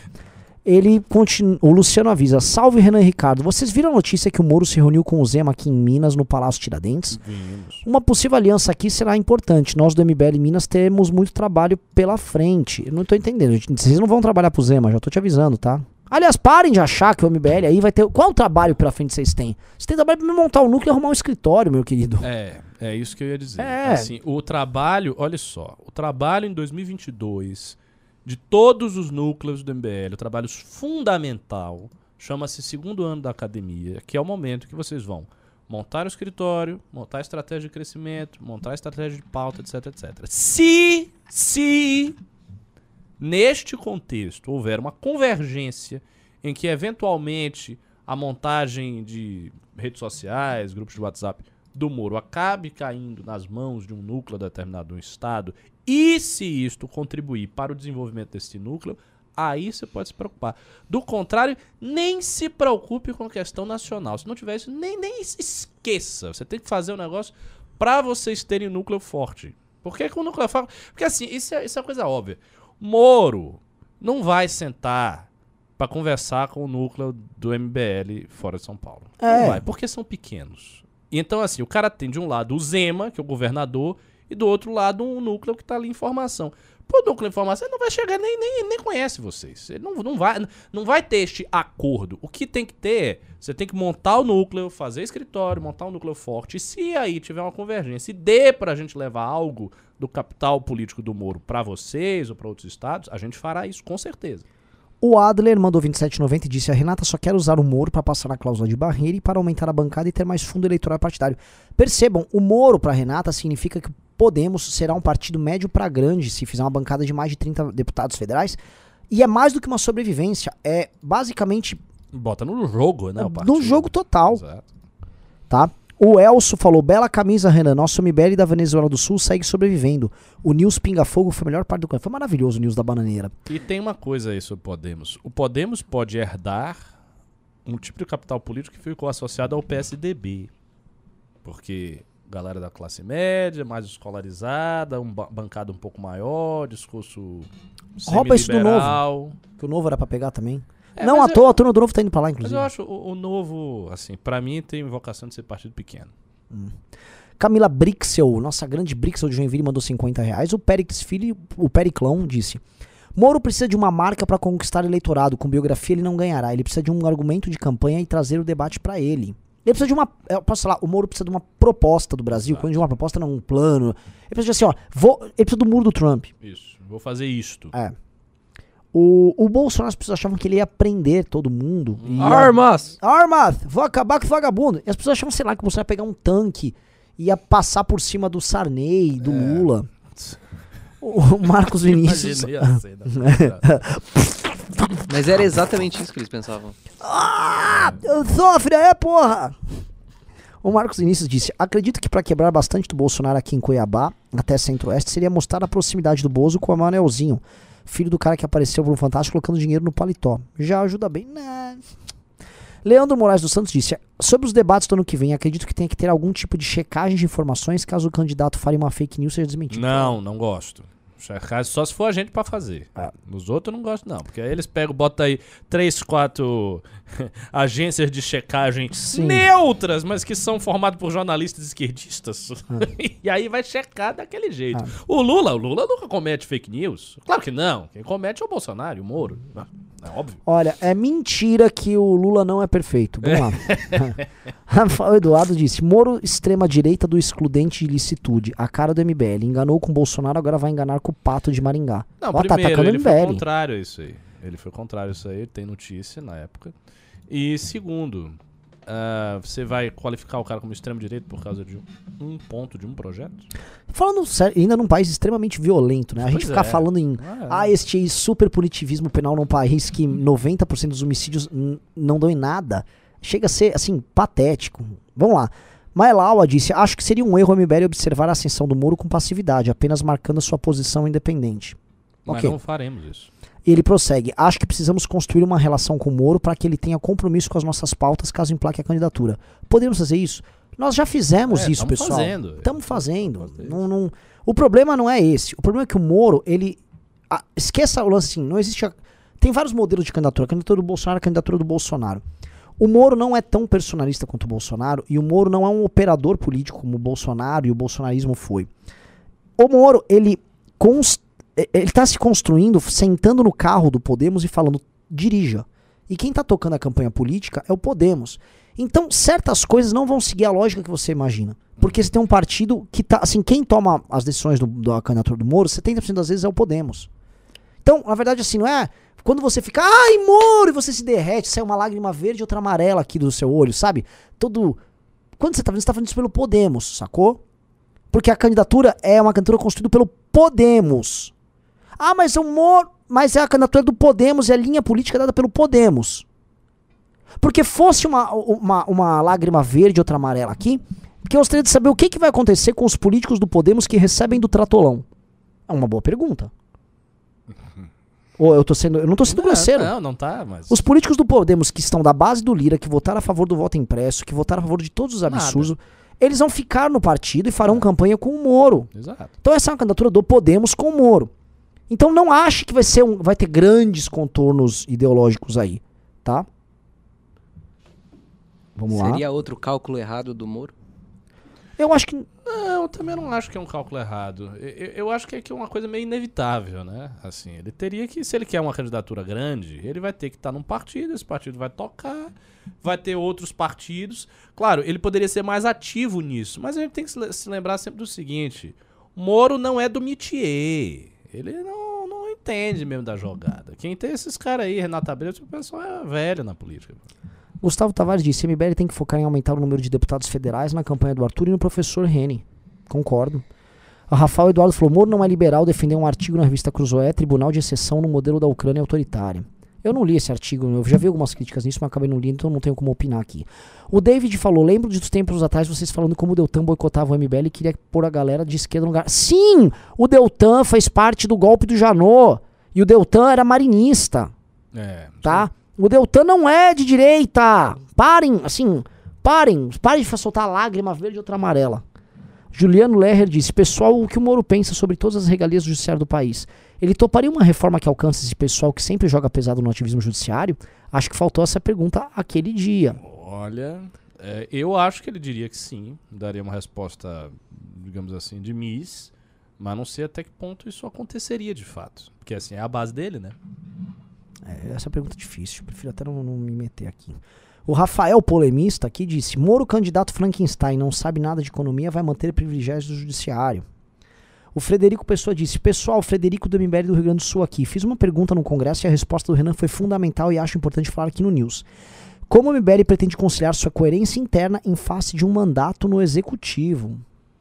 Ele continua. O Luciano avisa: salve Renan e Ricardo. Vocês viram a notícia que o Moro se reuniu com o Zema aqui em Minas, no Palácio Tiradentes?
Vimos.
Uma possível aliança aqui será importante. Nós do M B L Minas temos muito trabalho pela frente. Eu não tô entendendo. Vocês não vão trabalhar pro Zema, já tô te avisando, tá? Aliás, parem de achar que o M B L aí vai ter... Qual o trabalho pela frente vocês têm? Vocês têm trabalho pra montar um núcleo e arrumar um escritório, meu querido.
É, é isso que eu ia dizer.
É.
Assim, o trabalho, olha só, o trabalho em dois mil e vinte e dois de todos os núcleos do M B L, o trabalho fundamental, chama-se segundo ano da academia, que é o momento que vocês vão montar o escritório, montar a estratégia de crescimento, montar a estratégia de pauta, etc, etcétera. Se, se... neste contexto, houver uma convergência em que, eventualmente, a montagem de redes sociais, grupos de WhatsApp do Moro acabe caindo nas mãos de um núcleo determinado de um Estado, e se isto contribuir para o desenvolvimento desse núcleo, aí você pode se preocupar. Do contrário, nem se preocupe com a questão nacional. Se não tiver isso, nem, nem esqueça. Você tem que fazer o um negócio para vocês terem um núcleo forte. Por que com o núcleo forte? Porque assim, isso é, isso é uma coisa óbvia. Moro não vai sentar para conversar com o núcleo do M B L fora de São Paulo.
É.
Não vai, porque são pequenos. E então, assim, o cara tem de um lado o Zema, que é o governador, e do outro lado um núcleo que tá ali em formação. Pô, o núcleo em formação, ele não vai chegar, nem, nem, nem conhece vocês. Ele não, não, vai, não vai ter este acordo. O que tem que ter é, você tem que montar o núcleo, fazer escritório, montar um núcleo forte. E se aí tiver uma convergência e dê pra gente levar algo do capital político do Moro pra vocês ou pra outros estados, a gente fará isso, com certeza.
O Adler mandou vinte e sete reais e noventa e disse: a Renata só quer usar o Moro para passar na cláusula de barreira e para aumentar a bancada e ter mais fundo eleitoral partidário. Percebam, o Moro para Renata significa que Podemos será um partido médio para grande se fizer uma bancada de mais de trinta deputados federais. E é mais do que uma sobrevivência, é basicamente...
Bota no jogo, né? O partido.
No jogo total.
Exato.
Tá? O Elso falou: bela camisa, Renan. Nosso M B L da Venezuela do Sul segue sobrevivendo. O News Pinga Fogo foi a melhor parte do campo. Foi maravilhoso o News da Bananeira.
E tem uma coisa aí sobre o Podemos. O Podemos pode herdar um tipo de capital político que ficou associado ao P S D B. Porque galera da classe média, mais escolarizada, um ba bancada um pouco maior, discurso
Rouba isso do Novo. Que o Novo era pra pegar também. É, não à toa, eu, a turma do Novo tá indo pra lá, inclusive.
Mas eu acho o, o Novo, assim, pra mim tem vocação de ser partido pequeno.
Hum. Camila Brixel, nossa grande Brixel de Joinville, mandou cinquenta reais. O Périx Filho, o Periclão, disse: Moro precisa de uma marca pra conquistar eleitorado. Com biografia ele não ganhará. Ele precisa de um argumento de campanha e trazer o debate pra ele. Ele precisa de uma, eu posso falar, o Moro precisa de uma proposta do Brasil. Exato. Quando de uma proposta, não um plano. Ele precisa de assim, ó, vou, ele precisa do muro do Trump.
Isso, vou fazer isto.
É. O, o Bolsonaro, as pessoas achavam que ele ia prender todo mundo.
Hum.
Armas!
Armas! Vou acabar com o vagabundo. E as pessoas achavam, sei lá, que o Bolsonaro ia pegar um tanque e ia passar por cima do Sarney, do é. Lula. O Marcos Vinícius...
Mas era exatamente isso que eles pensavam.
Ah! Sofre, é, porra! O Marcos Vinícius disse: acredito que para quebrar bastante do Bolsonaro aqui em Cuiabá, até Centro-Oeste, seria mostrar a proximidade do Bozo com o Manelzinho, filho do cara que apareceu pro Fantástico colocando dinheiro no paletó. Já ajuda bem, né? Leandro Moraes dos Santos disse: sobre os debates do ano que vem, acredito que tenha que ter algum tipo de checagem de informações caso o candidato fale uma fake news seja desmentido.
Não, não gosto. Só se for a gente pra fazer. É. Nos outros eu não gosto, não. Porque aí eles pegam, botam aí três, quatro agências de checagem Sim. neutras, mas que são formadas por jornalistas esquerdistas. É. E aí vai checar daquele jeito. É. O Lula, o Lula nunca comete fake news. Claro que não. Quem comete é o Bolsonaro e o Moro. É óbvio.
Olha, é mentira que o Lula não é perfeito. Vamos lá. Rafael Eduardo disse: Moro, extrema-direita do excludente de licitude. A cara do M B L. Enganou com o Bolsonaro, agora vai enganar com o Pato de Maringá.
Não,
Ó,
primeiro,
tá atacando
ele
o
foi
M B L.
contrário a isso aí. Ele foi contrário a isso aí, tem notícia na época. E segundo, uh, você vai qualificar o cara como extremo-direito por causa de um, um ponto de um projeto?
Falando sério, ainda num país extremamente violento, né? A
Pois
gente ficar
é.
falando em
Ah, é.
ah, este super punitivismo penal num país que noventa por cento dos homicídios n- não dão em nada, chega a ser, assim, patético. Vamos lá. Mailaua disse: acho que seria um erro o M B L observar a ascensão do Moro com passividade, apenas marcando a sua posição independente.
Mas
Ok.
não faremos isso.
Ele prossegue: acho que precisamos construir uma relação com o Moro para que ele tenha compromisso com as nossas pautas caso emplaque a candidatura. Podemos fazer isso? Nós já fizemos
É,
isso,
tamo
pessoal.
fazendo.
Estamos fazendo.
Vamos fazer
Não, não... O problema não é esse. O problema é que o Moro, ele... Ah, esqueça o lance assim, não existe... A... Tem vários modelos de candidatura. A candidatura do Bolsonaro, a candidatura do Bolsonaro. O Moro não é tão personalista quanto o Bolsonaro e o Moro não é um operador político como o Bolsonaro e o bolsonarismo foi. O Moro, ele... Const... Ele está se construindo, sentando no carro do Podemos e falando, dirija. E quem está tocando a campanha política é o Podemos. Então, certas coisas não vão seguir a lógica que você imagina. Porque você tem um partido que tá, assim, quem toma as decisões do, da candidatura do Moro, setenta por cento das vezes é o Podemos. Então, na verdade, assim, não é... Quando você fica, ai, Moro, e você se derrete, sai uma lágrima verde e outra amarela aqui do seu olho, sabe? Todo... Quando você tá fazendo, você tá fazendo isso pelo Podemos, sacou? Porque a candidatura é uma candidatura construída pelo Podemos. Ah, mas o Moro... Mas é a candidatura do Podemos e a linha política dada pelo Podemos. Porque fosse uma, uma, uma lágrima verde e outra amarela aqui, porque eu gostaria de saber o que, que vai acontecer com os políticos do Podemos que recebem do Tratolão. É uma boa pergunta. Ou eu tô sendo... Eu não tô sendo grosseiro.
Não, não tá, mas...
Os políticos do Podemos que estão da base do Lira, que votaram a favor do voto impresso, que votaram a favor de todos os absurdos, Nada. Eles vão ficar no partido e farão é. campanha com o Moro.
Exato.
Então essa é uma candidatura do Podemos com o Moro. Então não ache que vai ser um, vai ter grandes contornos ideológicos aí, tá? Vamos
Seria
lá.
Seria outro cálculo errado do Moro?
Eu acho que...
Não, eu também não acho que é um cálculo errado. Eu, eu acho que é, que é uma coisa meio inevitável, né? Assim, ele teria que, se ele quer uma candidatura grande, ele vai ter que estar num partido, esse partido vai tocar, vai ter outros partidos. Claro, ele poderia ser mais ativo nisso, mas a gente tem que se lembrar sempre do seguinte: Moro não é do métier. Ele não, não entende mesmo da jogada. Quem tem esses caras aí, Renata Abreu, o pessoal é velho na política.
Gustavo Tavares disse: M B L tem que focar em aumentar o número de deputados federais na campanha do Arthur e no professor Reni. Concordo. A Rafael Eduardo falou: Moro não é liberal, defendeu um artigo na revista Cruzoé, tribunal de exceção no modelo da Ucrânia autoritária. Eu não li esse artigo, eu já vi algumas críticas nisso, mas acabei não lendo, então não tenho como opinar aqui. O David falou: lembro de dos tempos atrás vocês falando como o Deltan boicotava o M B L e queria pôr a galera de esquerda no lugar. Sim! O Deltan fez parte do golpe do Janot. E o Deltan era marinista.
É.
Tá?
Sim.
O Deltan não é de direita. Parem, assim, parem. Parem de soltar lágrima verde e outra amarela. Juliano Lerrer disse, pessoal, o que o Moro pensa sobre todas as regalias do judiciário do país? Ele toparia uma reforma que alcance esse pessoal que sempre joga pesado no ativismo judiciário? Acho que faltou essa pergunta aquele dia.
Olha, é, eu acho que ele diria que sim. Daria uma resposta, digamos assim, de miss. Mas não sei até que ponto isso aconteceria de fato. Porque assim, é a base dele, né?
É, essa pergunta é difícil. Prefiro até não, não me meter aqui. O Rafael Polemista aqui disse, Moro, candidato Frankenstein, não sabe nada de economia, vai manter privilégios do judiciário. O Frederico Pessoa disse, pessoal, Frederico do M B L do Rio Grande do Sul aqui. Fiz uma pergunta no Congresso e a resposta do Renan foi fundamental e acho importante falar aqui no News. Como o M B L pretende conciliar sua coerência interna em face de um mandato no Executivo?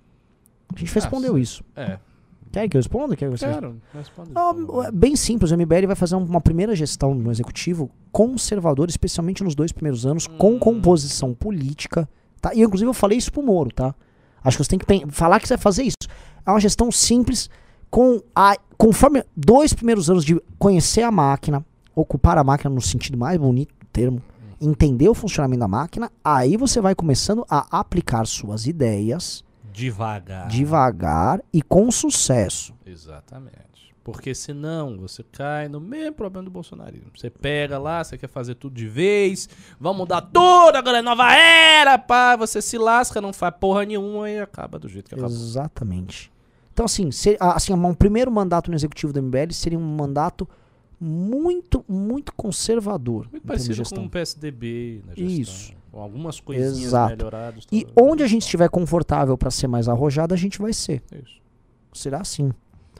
A gente respondeu
Ah,
isso.
É.
Quer que eu responda? Quer que você
Quero. Responde.
Não, é bem simples, o M B L vai fazer uma primeira gestão no Executivo conservadora, especialmente nos dois primeiros anos,
Hum.
com composição política. Tá? E inclusive eu falei isso pro Moro, tá? Acho que você tem que pen- falar que você vai fazer isso. É uma gestão simples, com a, conforme dois primeiros anos de conhecer a máquina, ocupar a máquina no sentido mais bonito do termo, entender o funcionamento da máquina, aí você vai começando a aplicar suas ideias
Devagar.
devagar e com sucesso.
Exatamente. Porque senão você cai no mesmo problema do bolsonarismo. Você pega lá, você quer fazer tudo de vez, vamos mudar tudo, agora é nova era, pá, você se lasca, não faz porra nenhuma e acaba do jeito que acabou.
Exatamente. Então, assim, ser, assim, um primeiro mandato no executivo do M B L seria um mandato muito, muito conservador.
Muito
em termos de
parecido
gestão.
com o P S D B na gestão.
Isso.
Com algumas coisinhas
Exato.
melhoradas.
E
tudo.
onde a gente estiver confortável para ser mais arrojado, a gente vai ser.
Isso.
Será assim.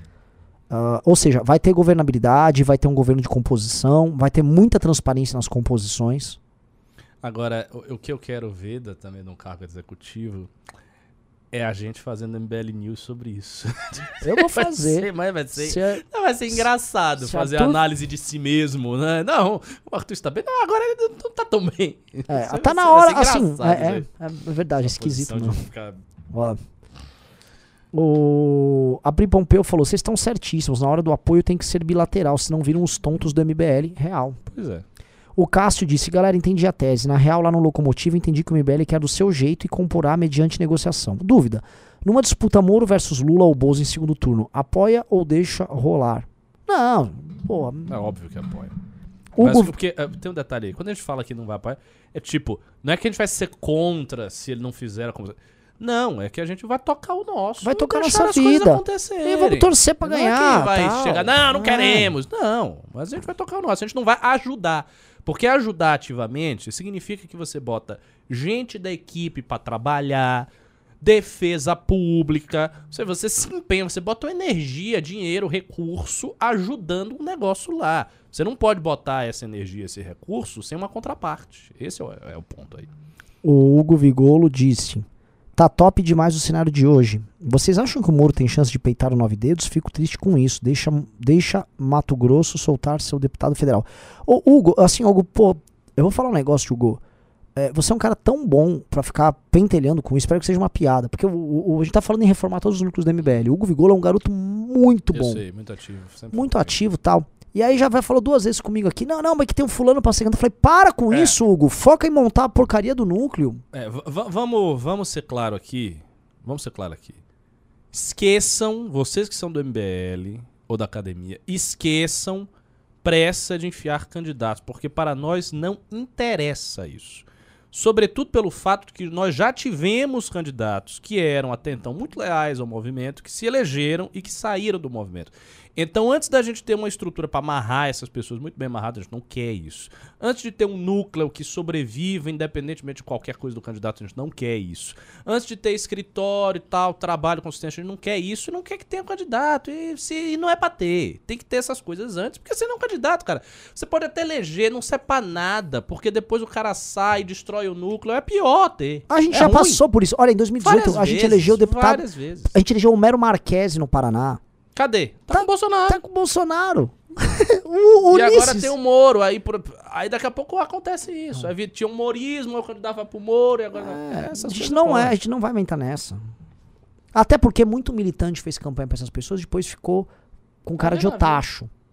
Ah, ou seja, vai ter governabilidade, vai ter um governo de composição, vai ter muita transparência nas composições.
Agora, o, o que eu quero ver da, também no cargo executivo é a gente fazendo M B L News sobre isso.
Eu vou
Vai
fazer.
ser, mas vai ser,
Se é-
não, vai ser engraçado
se
fazer
Arthur-
análise de si mesmo, né? Não, o Arthur está bem. Não, agora ele não tá tão bem.
é,
Isso
tá
vai
na
ser-
hora,
vai ser
assim,
engraçado,
é, é,
velho.
é verdade, é
Essa
esquisito,
posição
não.
de ficar-
Ó. O Abri Pompeu falou: vocês estão certíssimos, na hora do apoio tem que ser bilateral, senão viram os tontos do M B L. Real.
Pois é.
O Cássio disse: galera, entendi a tese. Na real, lá no Locomotivo, entendi que o M B L quer do seu jeito e comporá mediante negociação. Dúvida: numa disputa Moro versus Lula ou Bozo em segundo turno, apoia ou deixa rolar? Não, pô.
É óbvio que apoia.
O
Mas
gov-
porque uh, tem um detalhe aí. Quando a gente fala que não vai apoiar, é tipo, não é que a gente vai ser contra se ele não fizer a como... Não, é que a gente vai tocar o nosso.
Vai tocar a
deixar
nossa
as coisas
vida.
acontecerem.
E vamos torcer pra
Não é
ganhar.
que vai
tal.
chegar, não, não
É.
queremos. Não, mas a gente vai tocar o nosso. A gente não vai ajudar. Porque ajudar ativamente significa que você bota gente da equipe pra trabalhar, defesa pública. Você, você se empenha, você bota energia, dinheiro, recurso ajudando o negócio lá. Você não pode botar essa energia, esse recurso sem uma contraparte. Esse é o, é o ponto aí.
O Hugo Vigolo disse: tá top demais o cenário de hoje. Vocês acham que o Moro tem chance de peitar o Nove Dedos? Fico triste com isso. Deixa, deixa Mato Grosso soltar seu deputado federal. Ô, Hugo, assim, Hugo, pô, eu vou falar um negócio, Hugo. É, você é um cara tão bom pra ficar pentelhando com isso. Espero que seja uma piada. Porque o, o- o- a gente tá falando em reformar todos os núcleos do M B L. O Hugo Vigolo é um garoto muito
Eu
bom.
sei, muito ativo. sempre
Muito
foi.
ativo e tal. E aí já vai falou duas vezes comigo aqui: não, não, mas que tem um fulano pra ser candidato. Eu falei: para com
É.
isso, Hugo. Foca em montar a porcaria do núcleo.
É, v- v- vamos, vamos ser claro aqui. Vamos ser claro aqui. Esqueçam, vocês que são do M B L ou da academia, esqueçam pressa de enfiar candidatos, porque para nós não interessa isso. Sobretudo pelo fato de que nós já tivemos candidatos que eram até então muito leais ao movimento, que se elegeram e que saíram do movimento. Então, antes da gente ter uma estrutura para amarrar essas pessoas muito bem amarradas, a gente não quer isso. Antes de ter um núcleo que sobreviva independentemente de qualquer coisa do candidato, a gente não quer isso. Antes de ter escritório e tal, trabalho consistente, a gente não quer isso e não quer que tenha candidato. E, se, e não é pra ter. Tem que ter essas coisas antes, porque você não é um candidato, cara. Você pode até eleger, não serve pra nada, porque depois o cara sai, destrói o núcleo. É pior ter.
A gente
É
já
ruim.
passou por isso. Olha, em dois mil e dezoito
Várias
a gente
vezes,
elegeu o deputado.
Várias vezes.
A gente elegeu o Homero Marquesi no Paraná.
Cadê? Tá,
Tá-
com o Bolsonaro.
Tá com o Bolsonaro. o, o
E agora
Ulisses.
tem o Moro, aí, por- aí daqui a pouco acontece isso. Aí vi- tinha um morismo, eu candidava pro Moro e agora...
É,
essas
a gente
coisas
não é, a
rolam.
gente não vai aumentar nessa. Até porque muito militante fez campanha pra essas pessoas e depois ficou com cara
É,
de
na vida.
otacho.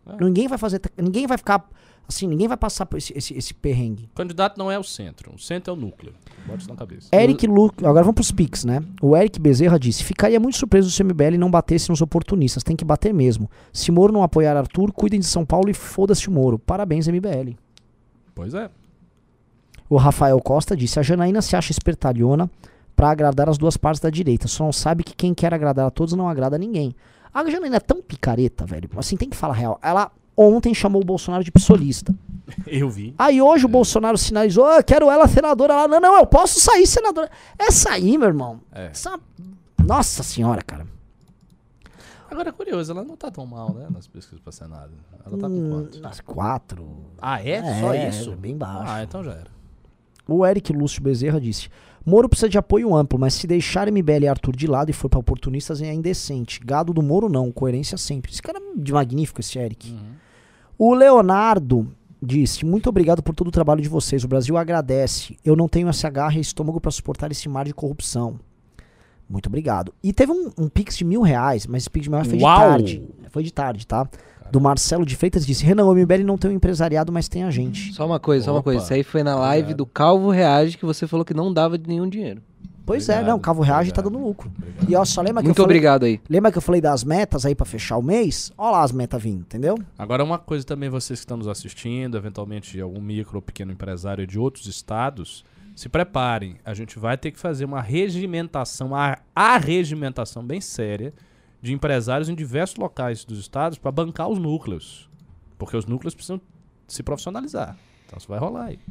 É.
Ninguém vai fazer, ninguém vai ficar, assim, ninguém vai passar por esse, esse, esse perrengue.
O candidato não é o centro, o centro é o núcleo. Bota isso na cabeça.
Eric Lu, agora vamos pros Pix, né? O Eric Bezerra disse, ficaria muito surpreso se o M B L não batesse nos oportunistas, tem que bater mesmo. Se Moro não apoiar Arthur, cuidem de São Paulo e foda-se o Moro. Parabéns, M B L.
Pois é.
O Rafael Costa disse, a Janaína se acha espertalhona pra agradar as duas partes da direita, só não sabe que quem quer agradar a todos não agrada a ninguém. A Janaína é tão picareta, velho, assim, tem que falar real. Ela ontem chamou o Bolsonaro de psolista.
Eu vi.
Aí hoje o Bolsonaro sinalizou, ah, quero ela senadora lá. Não, não, eu posso sair senadora. É sair, meu irmão.
É.
Essa... Nossa senhora, cara.
Agora é curioso, ela não tá tão mal, né, nas pesquisas pra Senado. Ela tá com
Hum,
quanto?
Nas quatro.
Ah, é? Só
É,
isso?
é bem baixo.
Ah, então já era.
O Eric Lúcio Bezerra disse, Moro precisa de apoio amplo, mas se deixar M B L e Arthur de lado e for pra oportunistas é indecente. Gado do Moro não, coerência sempre. Esse cara é de magnífico, esse Eric.
Uhum.
O Leonardo disse, muito obrigado por todo o trabalho de vocês, o Brasil agradece. Eu não tenho essa garra e estômago pra suportar esse mar de corrupção. Muito obrigado. E teve um, um Pix de mil reais, mas esse Pix de mil reais foi
Uau!
de tarde. Foi de tarde, tá? Do Marcelo de Freitas disse, Renan, o M B L não tem um empresariado, mas tem a gente.
Só uma coisa, só uma
Opa,
coisa. Isso aí foi na live
obrigado.
do Calvo Reage que você falou que não dava de nenhum dinheiro.
Pois é,
Obrigado,
não, o Cavo Reage tá
obrigado,
dando lucro.
obrigado.
E ó, só lembra que
Muito
eu falei,
obrigado aí.
lembra que eu falei das metas aí pra fechar o mês? Ó lá as metas vindo, entendeu?
Agora, uma coisa também, vocês que estão nos assistindo, eventualmente algum micro ou pequeno empresário de outros estados, se preparem. A gente vai ter que fazer uma regimentação, a, a regimentação bem séria de empresários em diversos locais dos estados para bancar os núcleos. Porque os núcleos precisam se profissionalizar. Então isso vai rolar aí.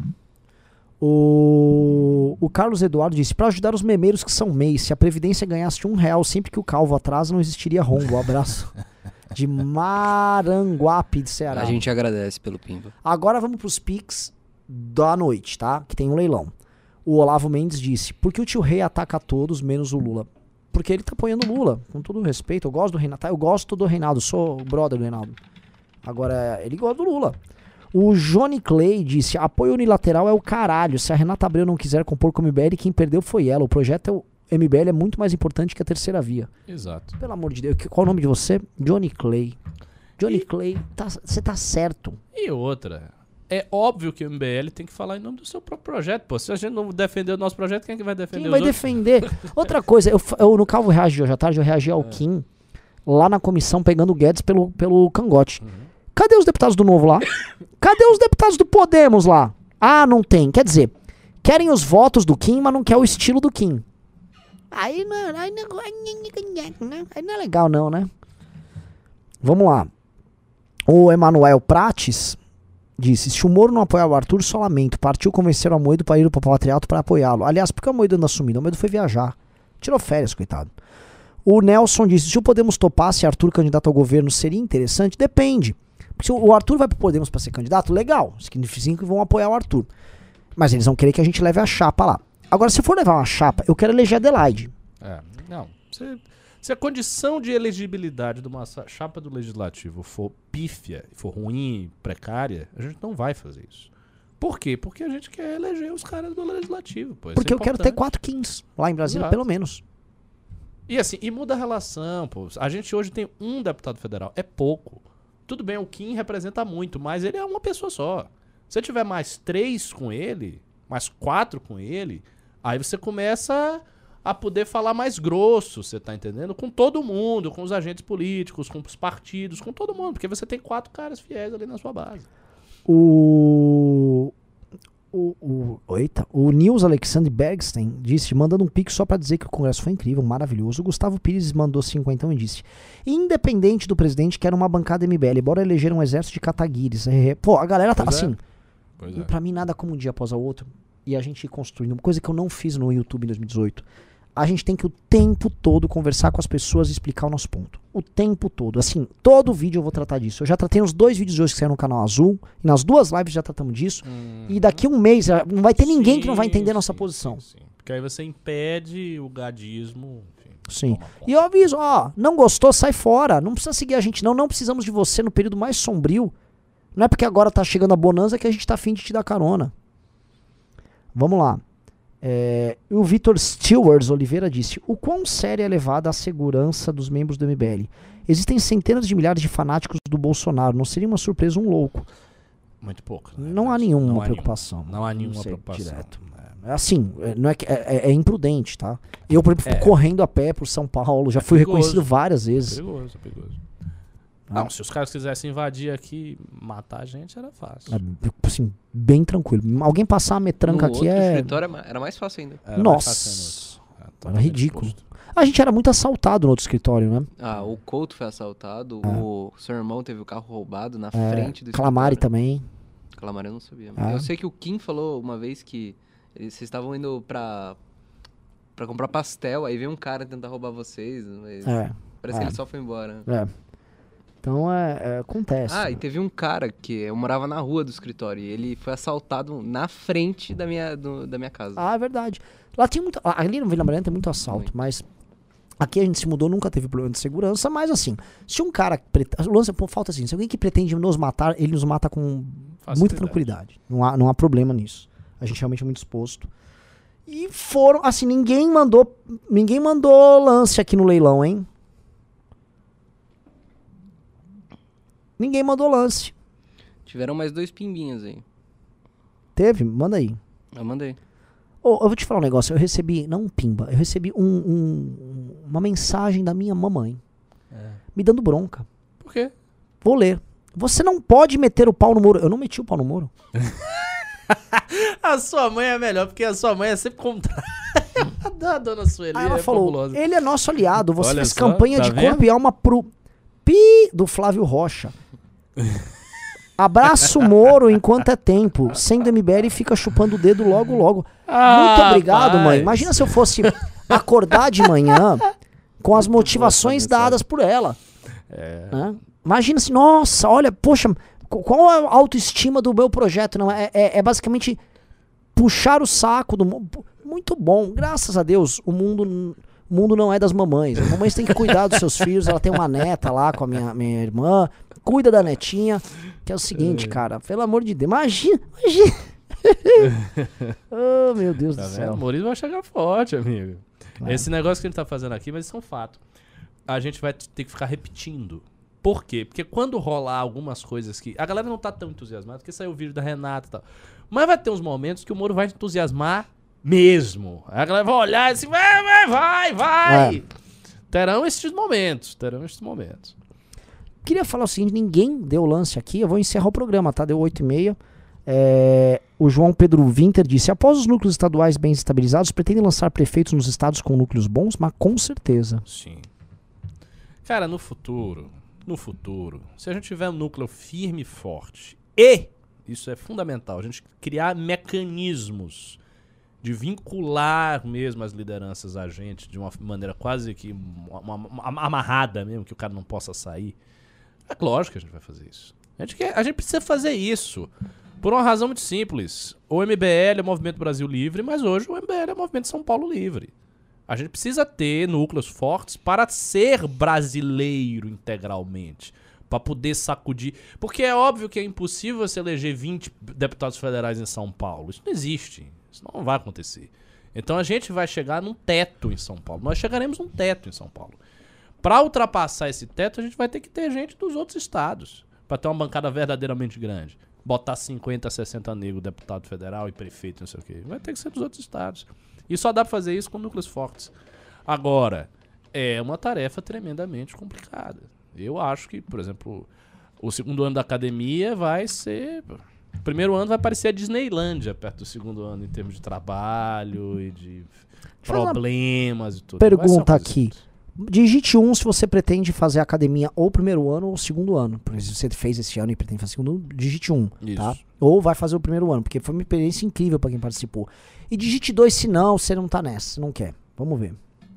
O, o Carlos Eduardo disse, pra ajudar os memeiros que são mês, se a Previdência ganhasse um real sempre que o Calvo atrasa, não existiria rombo. Um abraço. De Maranguape, de Ceará.
A gente agradece pelo Pimba.
Agora vamos pros Pix da noite, tá? Que tem um leilão. O Olavo Mendes disse, por que o tio Rei ataca a todos, menos o Lula? Porque ele tá apoiando o Lula, com todo o respeito. Eu gosto do Reinaldo, eu gosto do Reinaldo, sou o brother do Reinaldo. Agora, ele gosta do Lula. O Johnny Clay disse, apoio unilateral é o caralho. Se a Renata Abreu não quiser compor com o M B L, quem perdeu foi ela. O projeto é o M B L é muito mais importante que a terceira via.
Exato.
Pelo amor de Deus, qual o nome de você? Johnny Clay. Johnny
E-
Clay, você tá certo.
E outra, é óbvio que o M B L tem que falar em nome do seu próprio projeto. Pô, se a gente não defender o nosso projeto, quem é que vai defender
Quem
os
vai
outros?
defender? Outra coisa, eu, fa- eu no Calvo Reage de hoje à tarde, eu reagi ao Kim, lá na comissão, pegando o Guedes pelo, pelo cangote.
Uhum.
Cadê os deputados do Novo lá? Cadê os deputados do Podemos lá? Ah, não tem. Quer dizer, querem os votos do Kim, mas não quer o estilo do Kim. Aí não, aí não, aí não é legal não, né? Vamos lá. O Emanuel Prates disse, se o Moro não apoiar o Arthur, só lamento. Partiu convencer o Amoedo para ir pro Patriato para apoiá-lo. Aliás, por que o Amoedo anda sumido? O Amoedo foi viajar. Tirou férias, coitado. O Nelson disse, se o Podemos topasse Arthur candidato ao governo, seria interessante? Depende. Porque se o Arthur vai pro Podemos para ser candidato, legal. Significa que vão apoiar o Arthur. Mas eles vão querer que a gente leve a chapa lá. Agora, se for levar uma chapa, eu quero eleger a Adelaide.
É, não. Se, se a condição de elegibilidade de uma sa- chapa do Legislativo for pífia, for ruim, precária, a gente não vai fazer isso. Por quê? Porque a gente quer eleger os caras do Legislativo. Pô. Isso
Porque
é
eu quero ter
importante.
quatro Kings lá em Brasília,
Exato.
pelo menos.
E assim, e muda a relação, pô. A gente hoje tem um deputado federal, é pouco. Tudo bem, o Kim representa muito, mas ele é uma pessoa só. Se você tiver mais três com ele, mais quatro com ele, aí você começa a poder falar mais grosso, você tá entendendo? Com todo mundo, com os agentes políticos, com os partidos, com todo mundo, porque você tem quatro caras fiéis ali na sua base.
O... O, o, eita, o Nils Alexander Bergstein disse, mandando um pix só pra dizer que o congresso foi incrível, maravilhoso. O Gustavo Pires mandou cinquentão e disse, independente do presidente, quero uma bancada M B L, bora eleger um exército de cataguires. É, pô, a galera tá
Pois é.
assim,
Pois é.
pra mim nada como um dia após o outro, e a gente ir construindo, coisa que eu não fiz no YouTube em dois mil e dezoito. A gente tem que o tempo todo conversar com as pessoas e explicar o nosso ponto. O tempo todo. Assim, todo vídeo eu vou tratar disso. Eu já tratei nos dois vídeos hoje que saíram no canal Azul. E nas duas lives já tratamos disso.
Hum.
E daqui a um mês ah, não vai ter ninguém que não vai
Sim,
entender a nossa
sim,
posição.
sim, sim. Porque aí você impede o gadismo. Enfim,
Sim.
tomar conta.
E eu aviso, ó, não gostou, sai fora. Não precisa seguir a gente não. Não precisamos de você no período mais sombrio. Não é porque agora tá chegando a bonança que a gente tá afim de te dar carona. Vamos lá. É, o Vitor Stewards Oliveira disse: o quão séria é levada a segurança dos membros do M B L? Existem centenas de milhares de fanáticos do Bolsonaro. Não seria uma surpresa um louco?
Muito pouco.
Não há nenhuma
não há
preocupação.
Nenhum, não há nenhuma
sei,
preocupação.
Direto. É, assim, é, não é, que- é, é- é imprudente, tá? Eu, por exemplo, fico
É.
correndo a pé por São Paulo. Já fui
perigoso.
reconhecido várias
É
vezes.
perigoso, é perigoso.
Ah.
Não, se os caras quisessem invadir aqui e matar a gente, era fácil.
É, assim, bem tranquilo. Alguém passar a metranca
No
aqui
outro
é...
escritório era ma- era mais fácil ainda.
Era mais
Nossa.
fácil no outro. Era
Era
totalmente
ridículo.
exposto.
A gente era muito assaltado no outro escritório, né?
Ah, o Couto foi assaltado,
Ah.
o seu irmão teve o carro roubado na
É,
frente do
Calamari
escritório.
também.
Calamari eu não sabia.
Ah.
Eu sei que o Kim falou uma vez que eles- vocês estavam indo pra, pra comprar pastel, aí veio um cara tentar roubar vocês, mas
É,
parece
é.
que ele só foi embora.
é. Então, é, é, acontece.
Ah, e teve um cara que eu morava na rua do escritório e ele foi assaltado na frente da minha, do- da minha casa.
Ah, é verdade. Lá tinha muito. Ali no Vila Mariana tem muito assalto,
Muito.
mas aqui a gente se mudou, nunca teve problema de segurança. Mas assim, se um cara. Prete... O lance pô, falta assim: se alguém que pretende nos matar, ele nos mata com muita
Facilidade.
tranquilidade. Não há, não há problema nisso. A gente realmente é muito exposto. E foram. Assim, ninguém mandou. Ninguém mandou lance aqui no leilão, hein? Ninguém mandou lance.
Tiveram mais dois pimbinhos aí.
Teve? Manda aí.
Eu mandei.
Ô, eu vou te falar um negócio, eu recebi, não um pimba, eu recebi um, um- uma mensagem da minha mamãe, me dando bronca.
Por quê?
Vou ler. Você não pode meter o pau no muro. Eu não meti o pau no muro.
A sua mãe é melhor, porque a sua mãe é sempre contrária. A dona Sueli
Aí ela
é
falou,
fabulosa.
ele é nosso aliado, você
Olha
fez
só,
campanha
tá
de
vendo?
corpo e alma pro pi do Flávio Rocha. Abraço Moro enquanto é tempo. Sendo M B L fica chupando o dedo logo, logo.
Ah,
Muito obrigado,
rapaz.
mãe. Imagina se eu fosse acordar de manhã com as motivações
boa essa
dadas por ela.
É.
Né? Imagina assim, nossa, olha, poxa, qu- qual a autoestima do meu projeto? Não, é, é, é basicamente puxar o saco do mundo. Muito bom, graças a Deus, o mundo, n- o mundo não é das mamães. As mamães têm que cuidar dos seus filhos. Ela tem uma neta lá com a minha, minha irmã, cuida da netinha. Que é o seguinte, cara, pelo amor de Deus, imagina, imagina. Oh, meu Deus
Tá
do
vendo?
céu.
O Maurício vai chegar forte, amigo.
É.
Esse negócio que ele tá fazendo aqui, mas isso é um fato. A gente vai ter que ficar repetindo. Por quê? Porque quando rolar algumas coisas que... A galera não tá tão entusiasmada, porque saiu o vídeo da Renata e tal. Mas vai ter uns momentos que o Moro vai entusiasmar mesmo. A galera vai olhar e assim, vai, vai, vai, vai.
É.
Terão esses momentos, terão esses momentos.
Queria falar o seguinte, ninguém deu lance aqui, eu vou encerrar o programa, tá? Deu oito e meia. É, o João Pedro Winter disse, após os núcleos estaduais bem estabilizados, pretendem lançar prefeitos nos estados com núcleos bons? Mas com certeza.
Sim. Cara, no futuro, no futuro, se a gente tiver um núcleo firme e forte, e, isso é fundamental, a gente criar mecanismos de vincular mesmo as lideranças a gente de uma maneira quase que uma, uma- uma- amarrada mesmo, que o cara não possa sair, é lógico que a gente vai fazer isso. A gente, quer, a gente precisa fazer isso por uma razão muito simples. O M B L é o Movimento Brasil Livre, mas hoje o M B L é o Movimento São Paulo Livre. A gente precisa ter núcleos fortes para ser brasileiro integralmente, para poder sacudir. Porque é óbvio que é impossível você eleger vinte deputados federais em São Paulo. Isso não existe. Isso não vai acontecer. Então a gente vai chegar num teto em São Paulo. Nós chegaremos num teto em São Paulo. Para ultrapassar esse teto, a gente vai ter que ter gente dos outros estados, para ter uma bancada verdadeiramente grande. Botar cinquenta, sessenta negros, deputado federal e prefeito, não sei o quê. Vai ter que ser dos outros estados. E só dá pra fazer isso com núcleos fortes. Agora, é uma tarefa tremendamente complicada. Eu acho que, por exemplo, o segundo ano da academia vai ser... O primeiro ano vai parecer a Disneylândia perto do segundo ano, em termos de trabalho e de
fazer uma
problemas e tudo. Vai ser uma
Pergunta
coisa
aqui.
simples.
Digite um se você pretende fazer academia ou primeiro ano ou segundo ano. Por exemplo, se você fez esse ano e pretende fazer segundo, digite um,
Isso.
tá? Ou vai fazer o primeiro ano, porque foi uma experiência incrível pra quem participou. E digite dois se não, você não tá nessa, não quer. Vamos ver.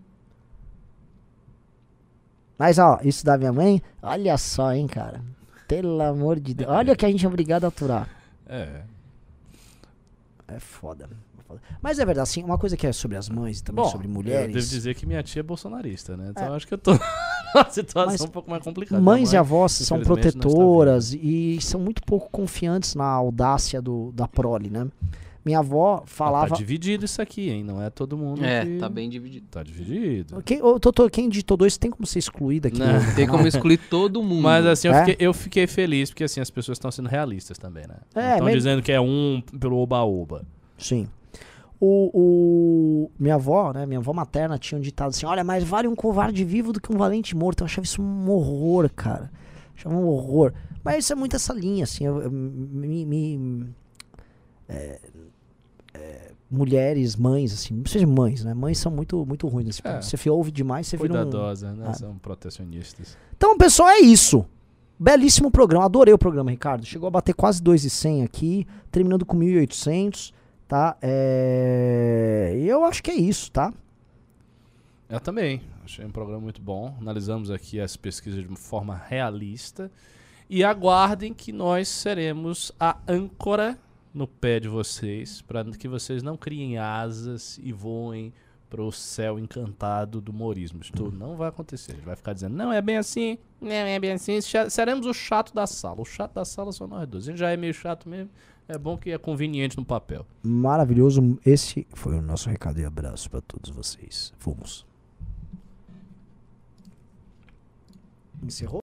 Mas ó, isso da minha mãe, olha só, hein, cara. Pelo amor de Deus. Olha que a gente é obrigado a aturar.
É.
É foda. Mas é verdade, assim, uma coisa que é sobre as mães e também
Bom,
sobre
eu
mulheres.
devo dizer que minha tia é bolsonarista, né? Então
É.
eu acho que eu tô numa situação
Mas
um pouco mais complicada.
Mães
Minha
e
mãe,
avós são
infelizmente, não está
protetoras e são muito pouco confiantes na audácia do, da prole, né? minha avó
Ah,
falava...
Tá dividido isso aqui, hein? Não é todo mundo
É,
que...
tá bem dividido.
Tá dividido.
Quem, ô, Totô, quem digitou dois tem como ser excluído aqui?
Não.
do
Tem
canal?
como excluir todo mundo.
Mas assim, eu,
É?
fiquei, eu fiquei feliz, porque assim, as pessoas estão sendo realistas também, né?
É,
Estão
mesmo-
dizendo que é um pelo oba-oba.
Sim. O, o- minha avó, né? Minha avó materna tinha um ditado assim: olha, mais vale um covarde vivo do que um valente morto. Eu achava isso um horror, cara. Achava um horror. Mas isso é muito essa linha, assim. Eu, eu- me, me- é, é, mulheres, mães, assim. Não seja mães, né? Mães são muito, muito ruins nesse
É.
ponto. Você ouve demais, você vira um.
Cuidadosa, né?
Ah.
São protecionistas.
Então, pessoal, é isso. Belíssimo programa. Adorei o programa, Ricardo. Chegou a bater quase dois mil e cem aqui, terminando com mil e oitocentos, tá? É... E eu acho que é isso, tá?
Eu também. Achei um programa muito bom. Analisamos aqui as pesquisas de uma forma realista. E aguardem que nós seremos a âncora no pé de vocês, para que vocês não criem asas e voem pro céu encantado do humorismo. Isso não vai acontecer. A gente vai ficar dizendo, não é bem assim, não é bem assim. Cha- Seremos o chato da sala. O chato da sala são nós dois. A gente já é meio chato mesmo. É bom que é conveniente no papel.
Maravilhoso. Esse foi o nosso recado e abraço pra todos vocês. Fomos. Encerrou?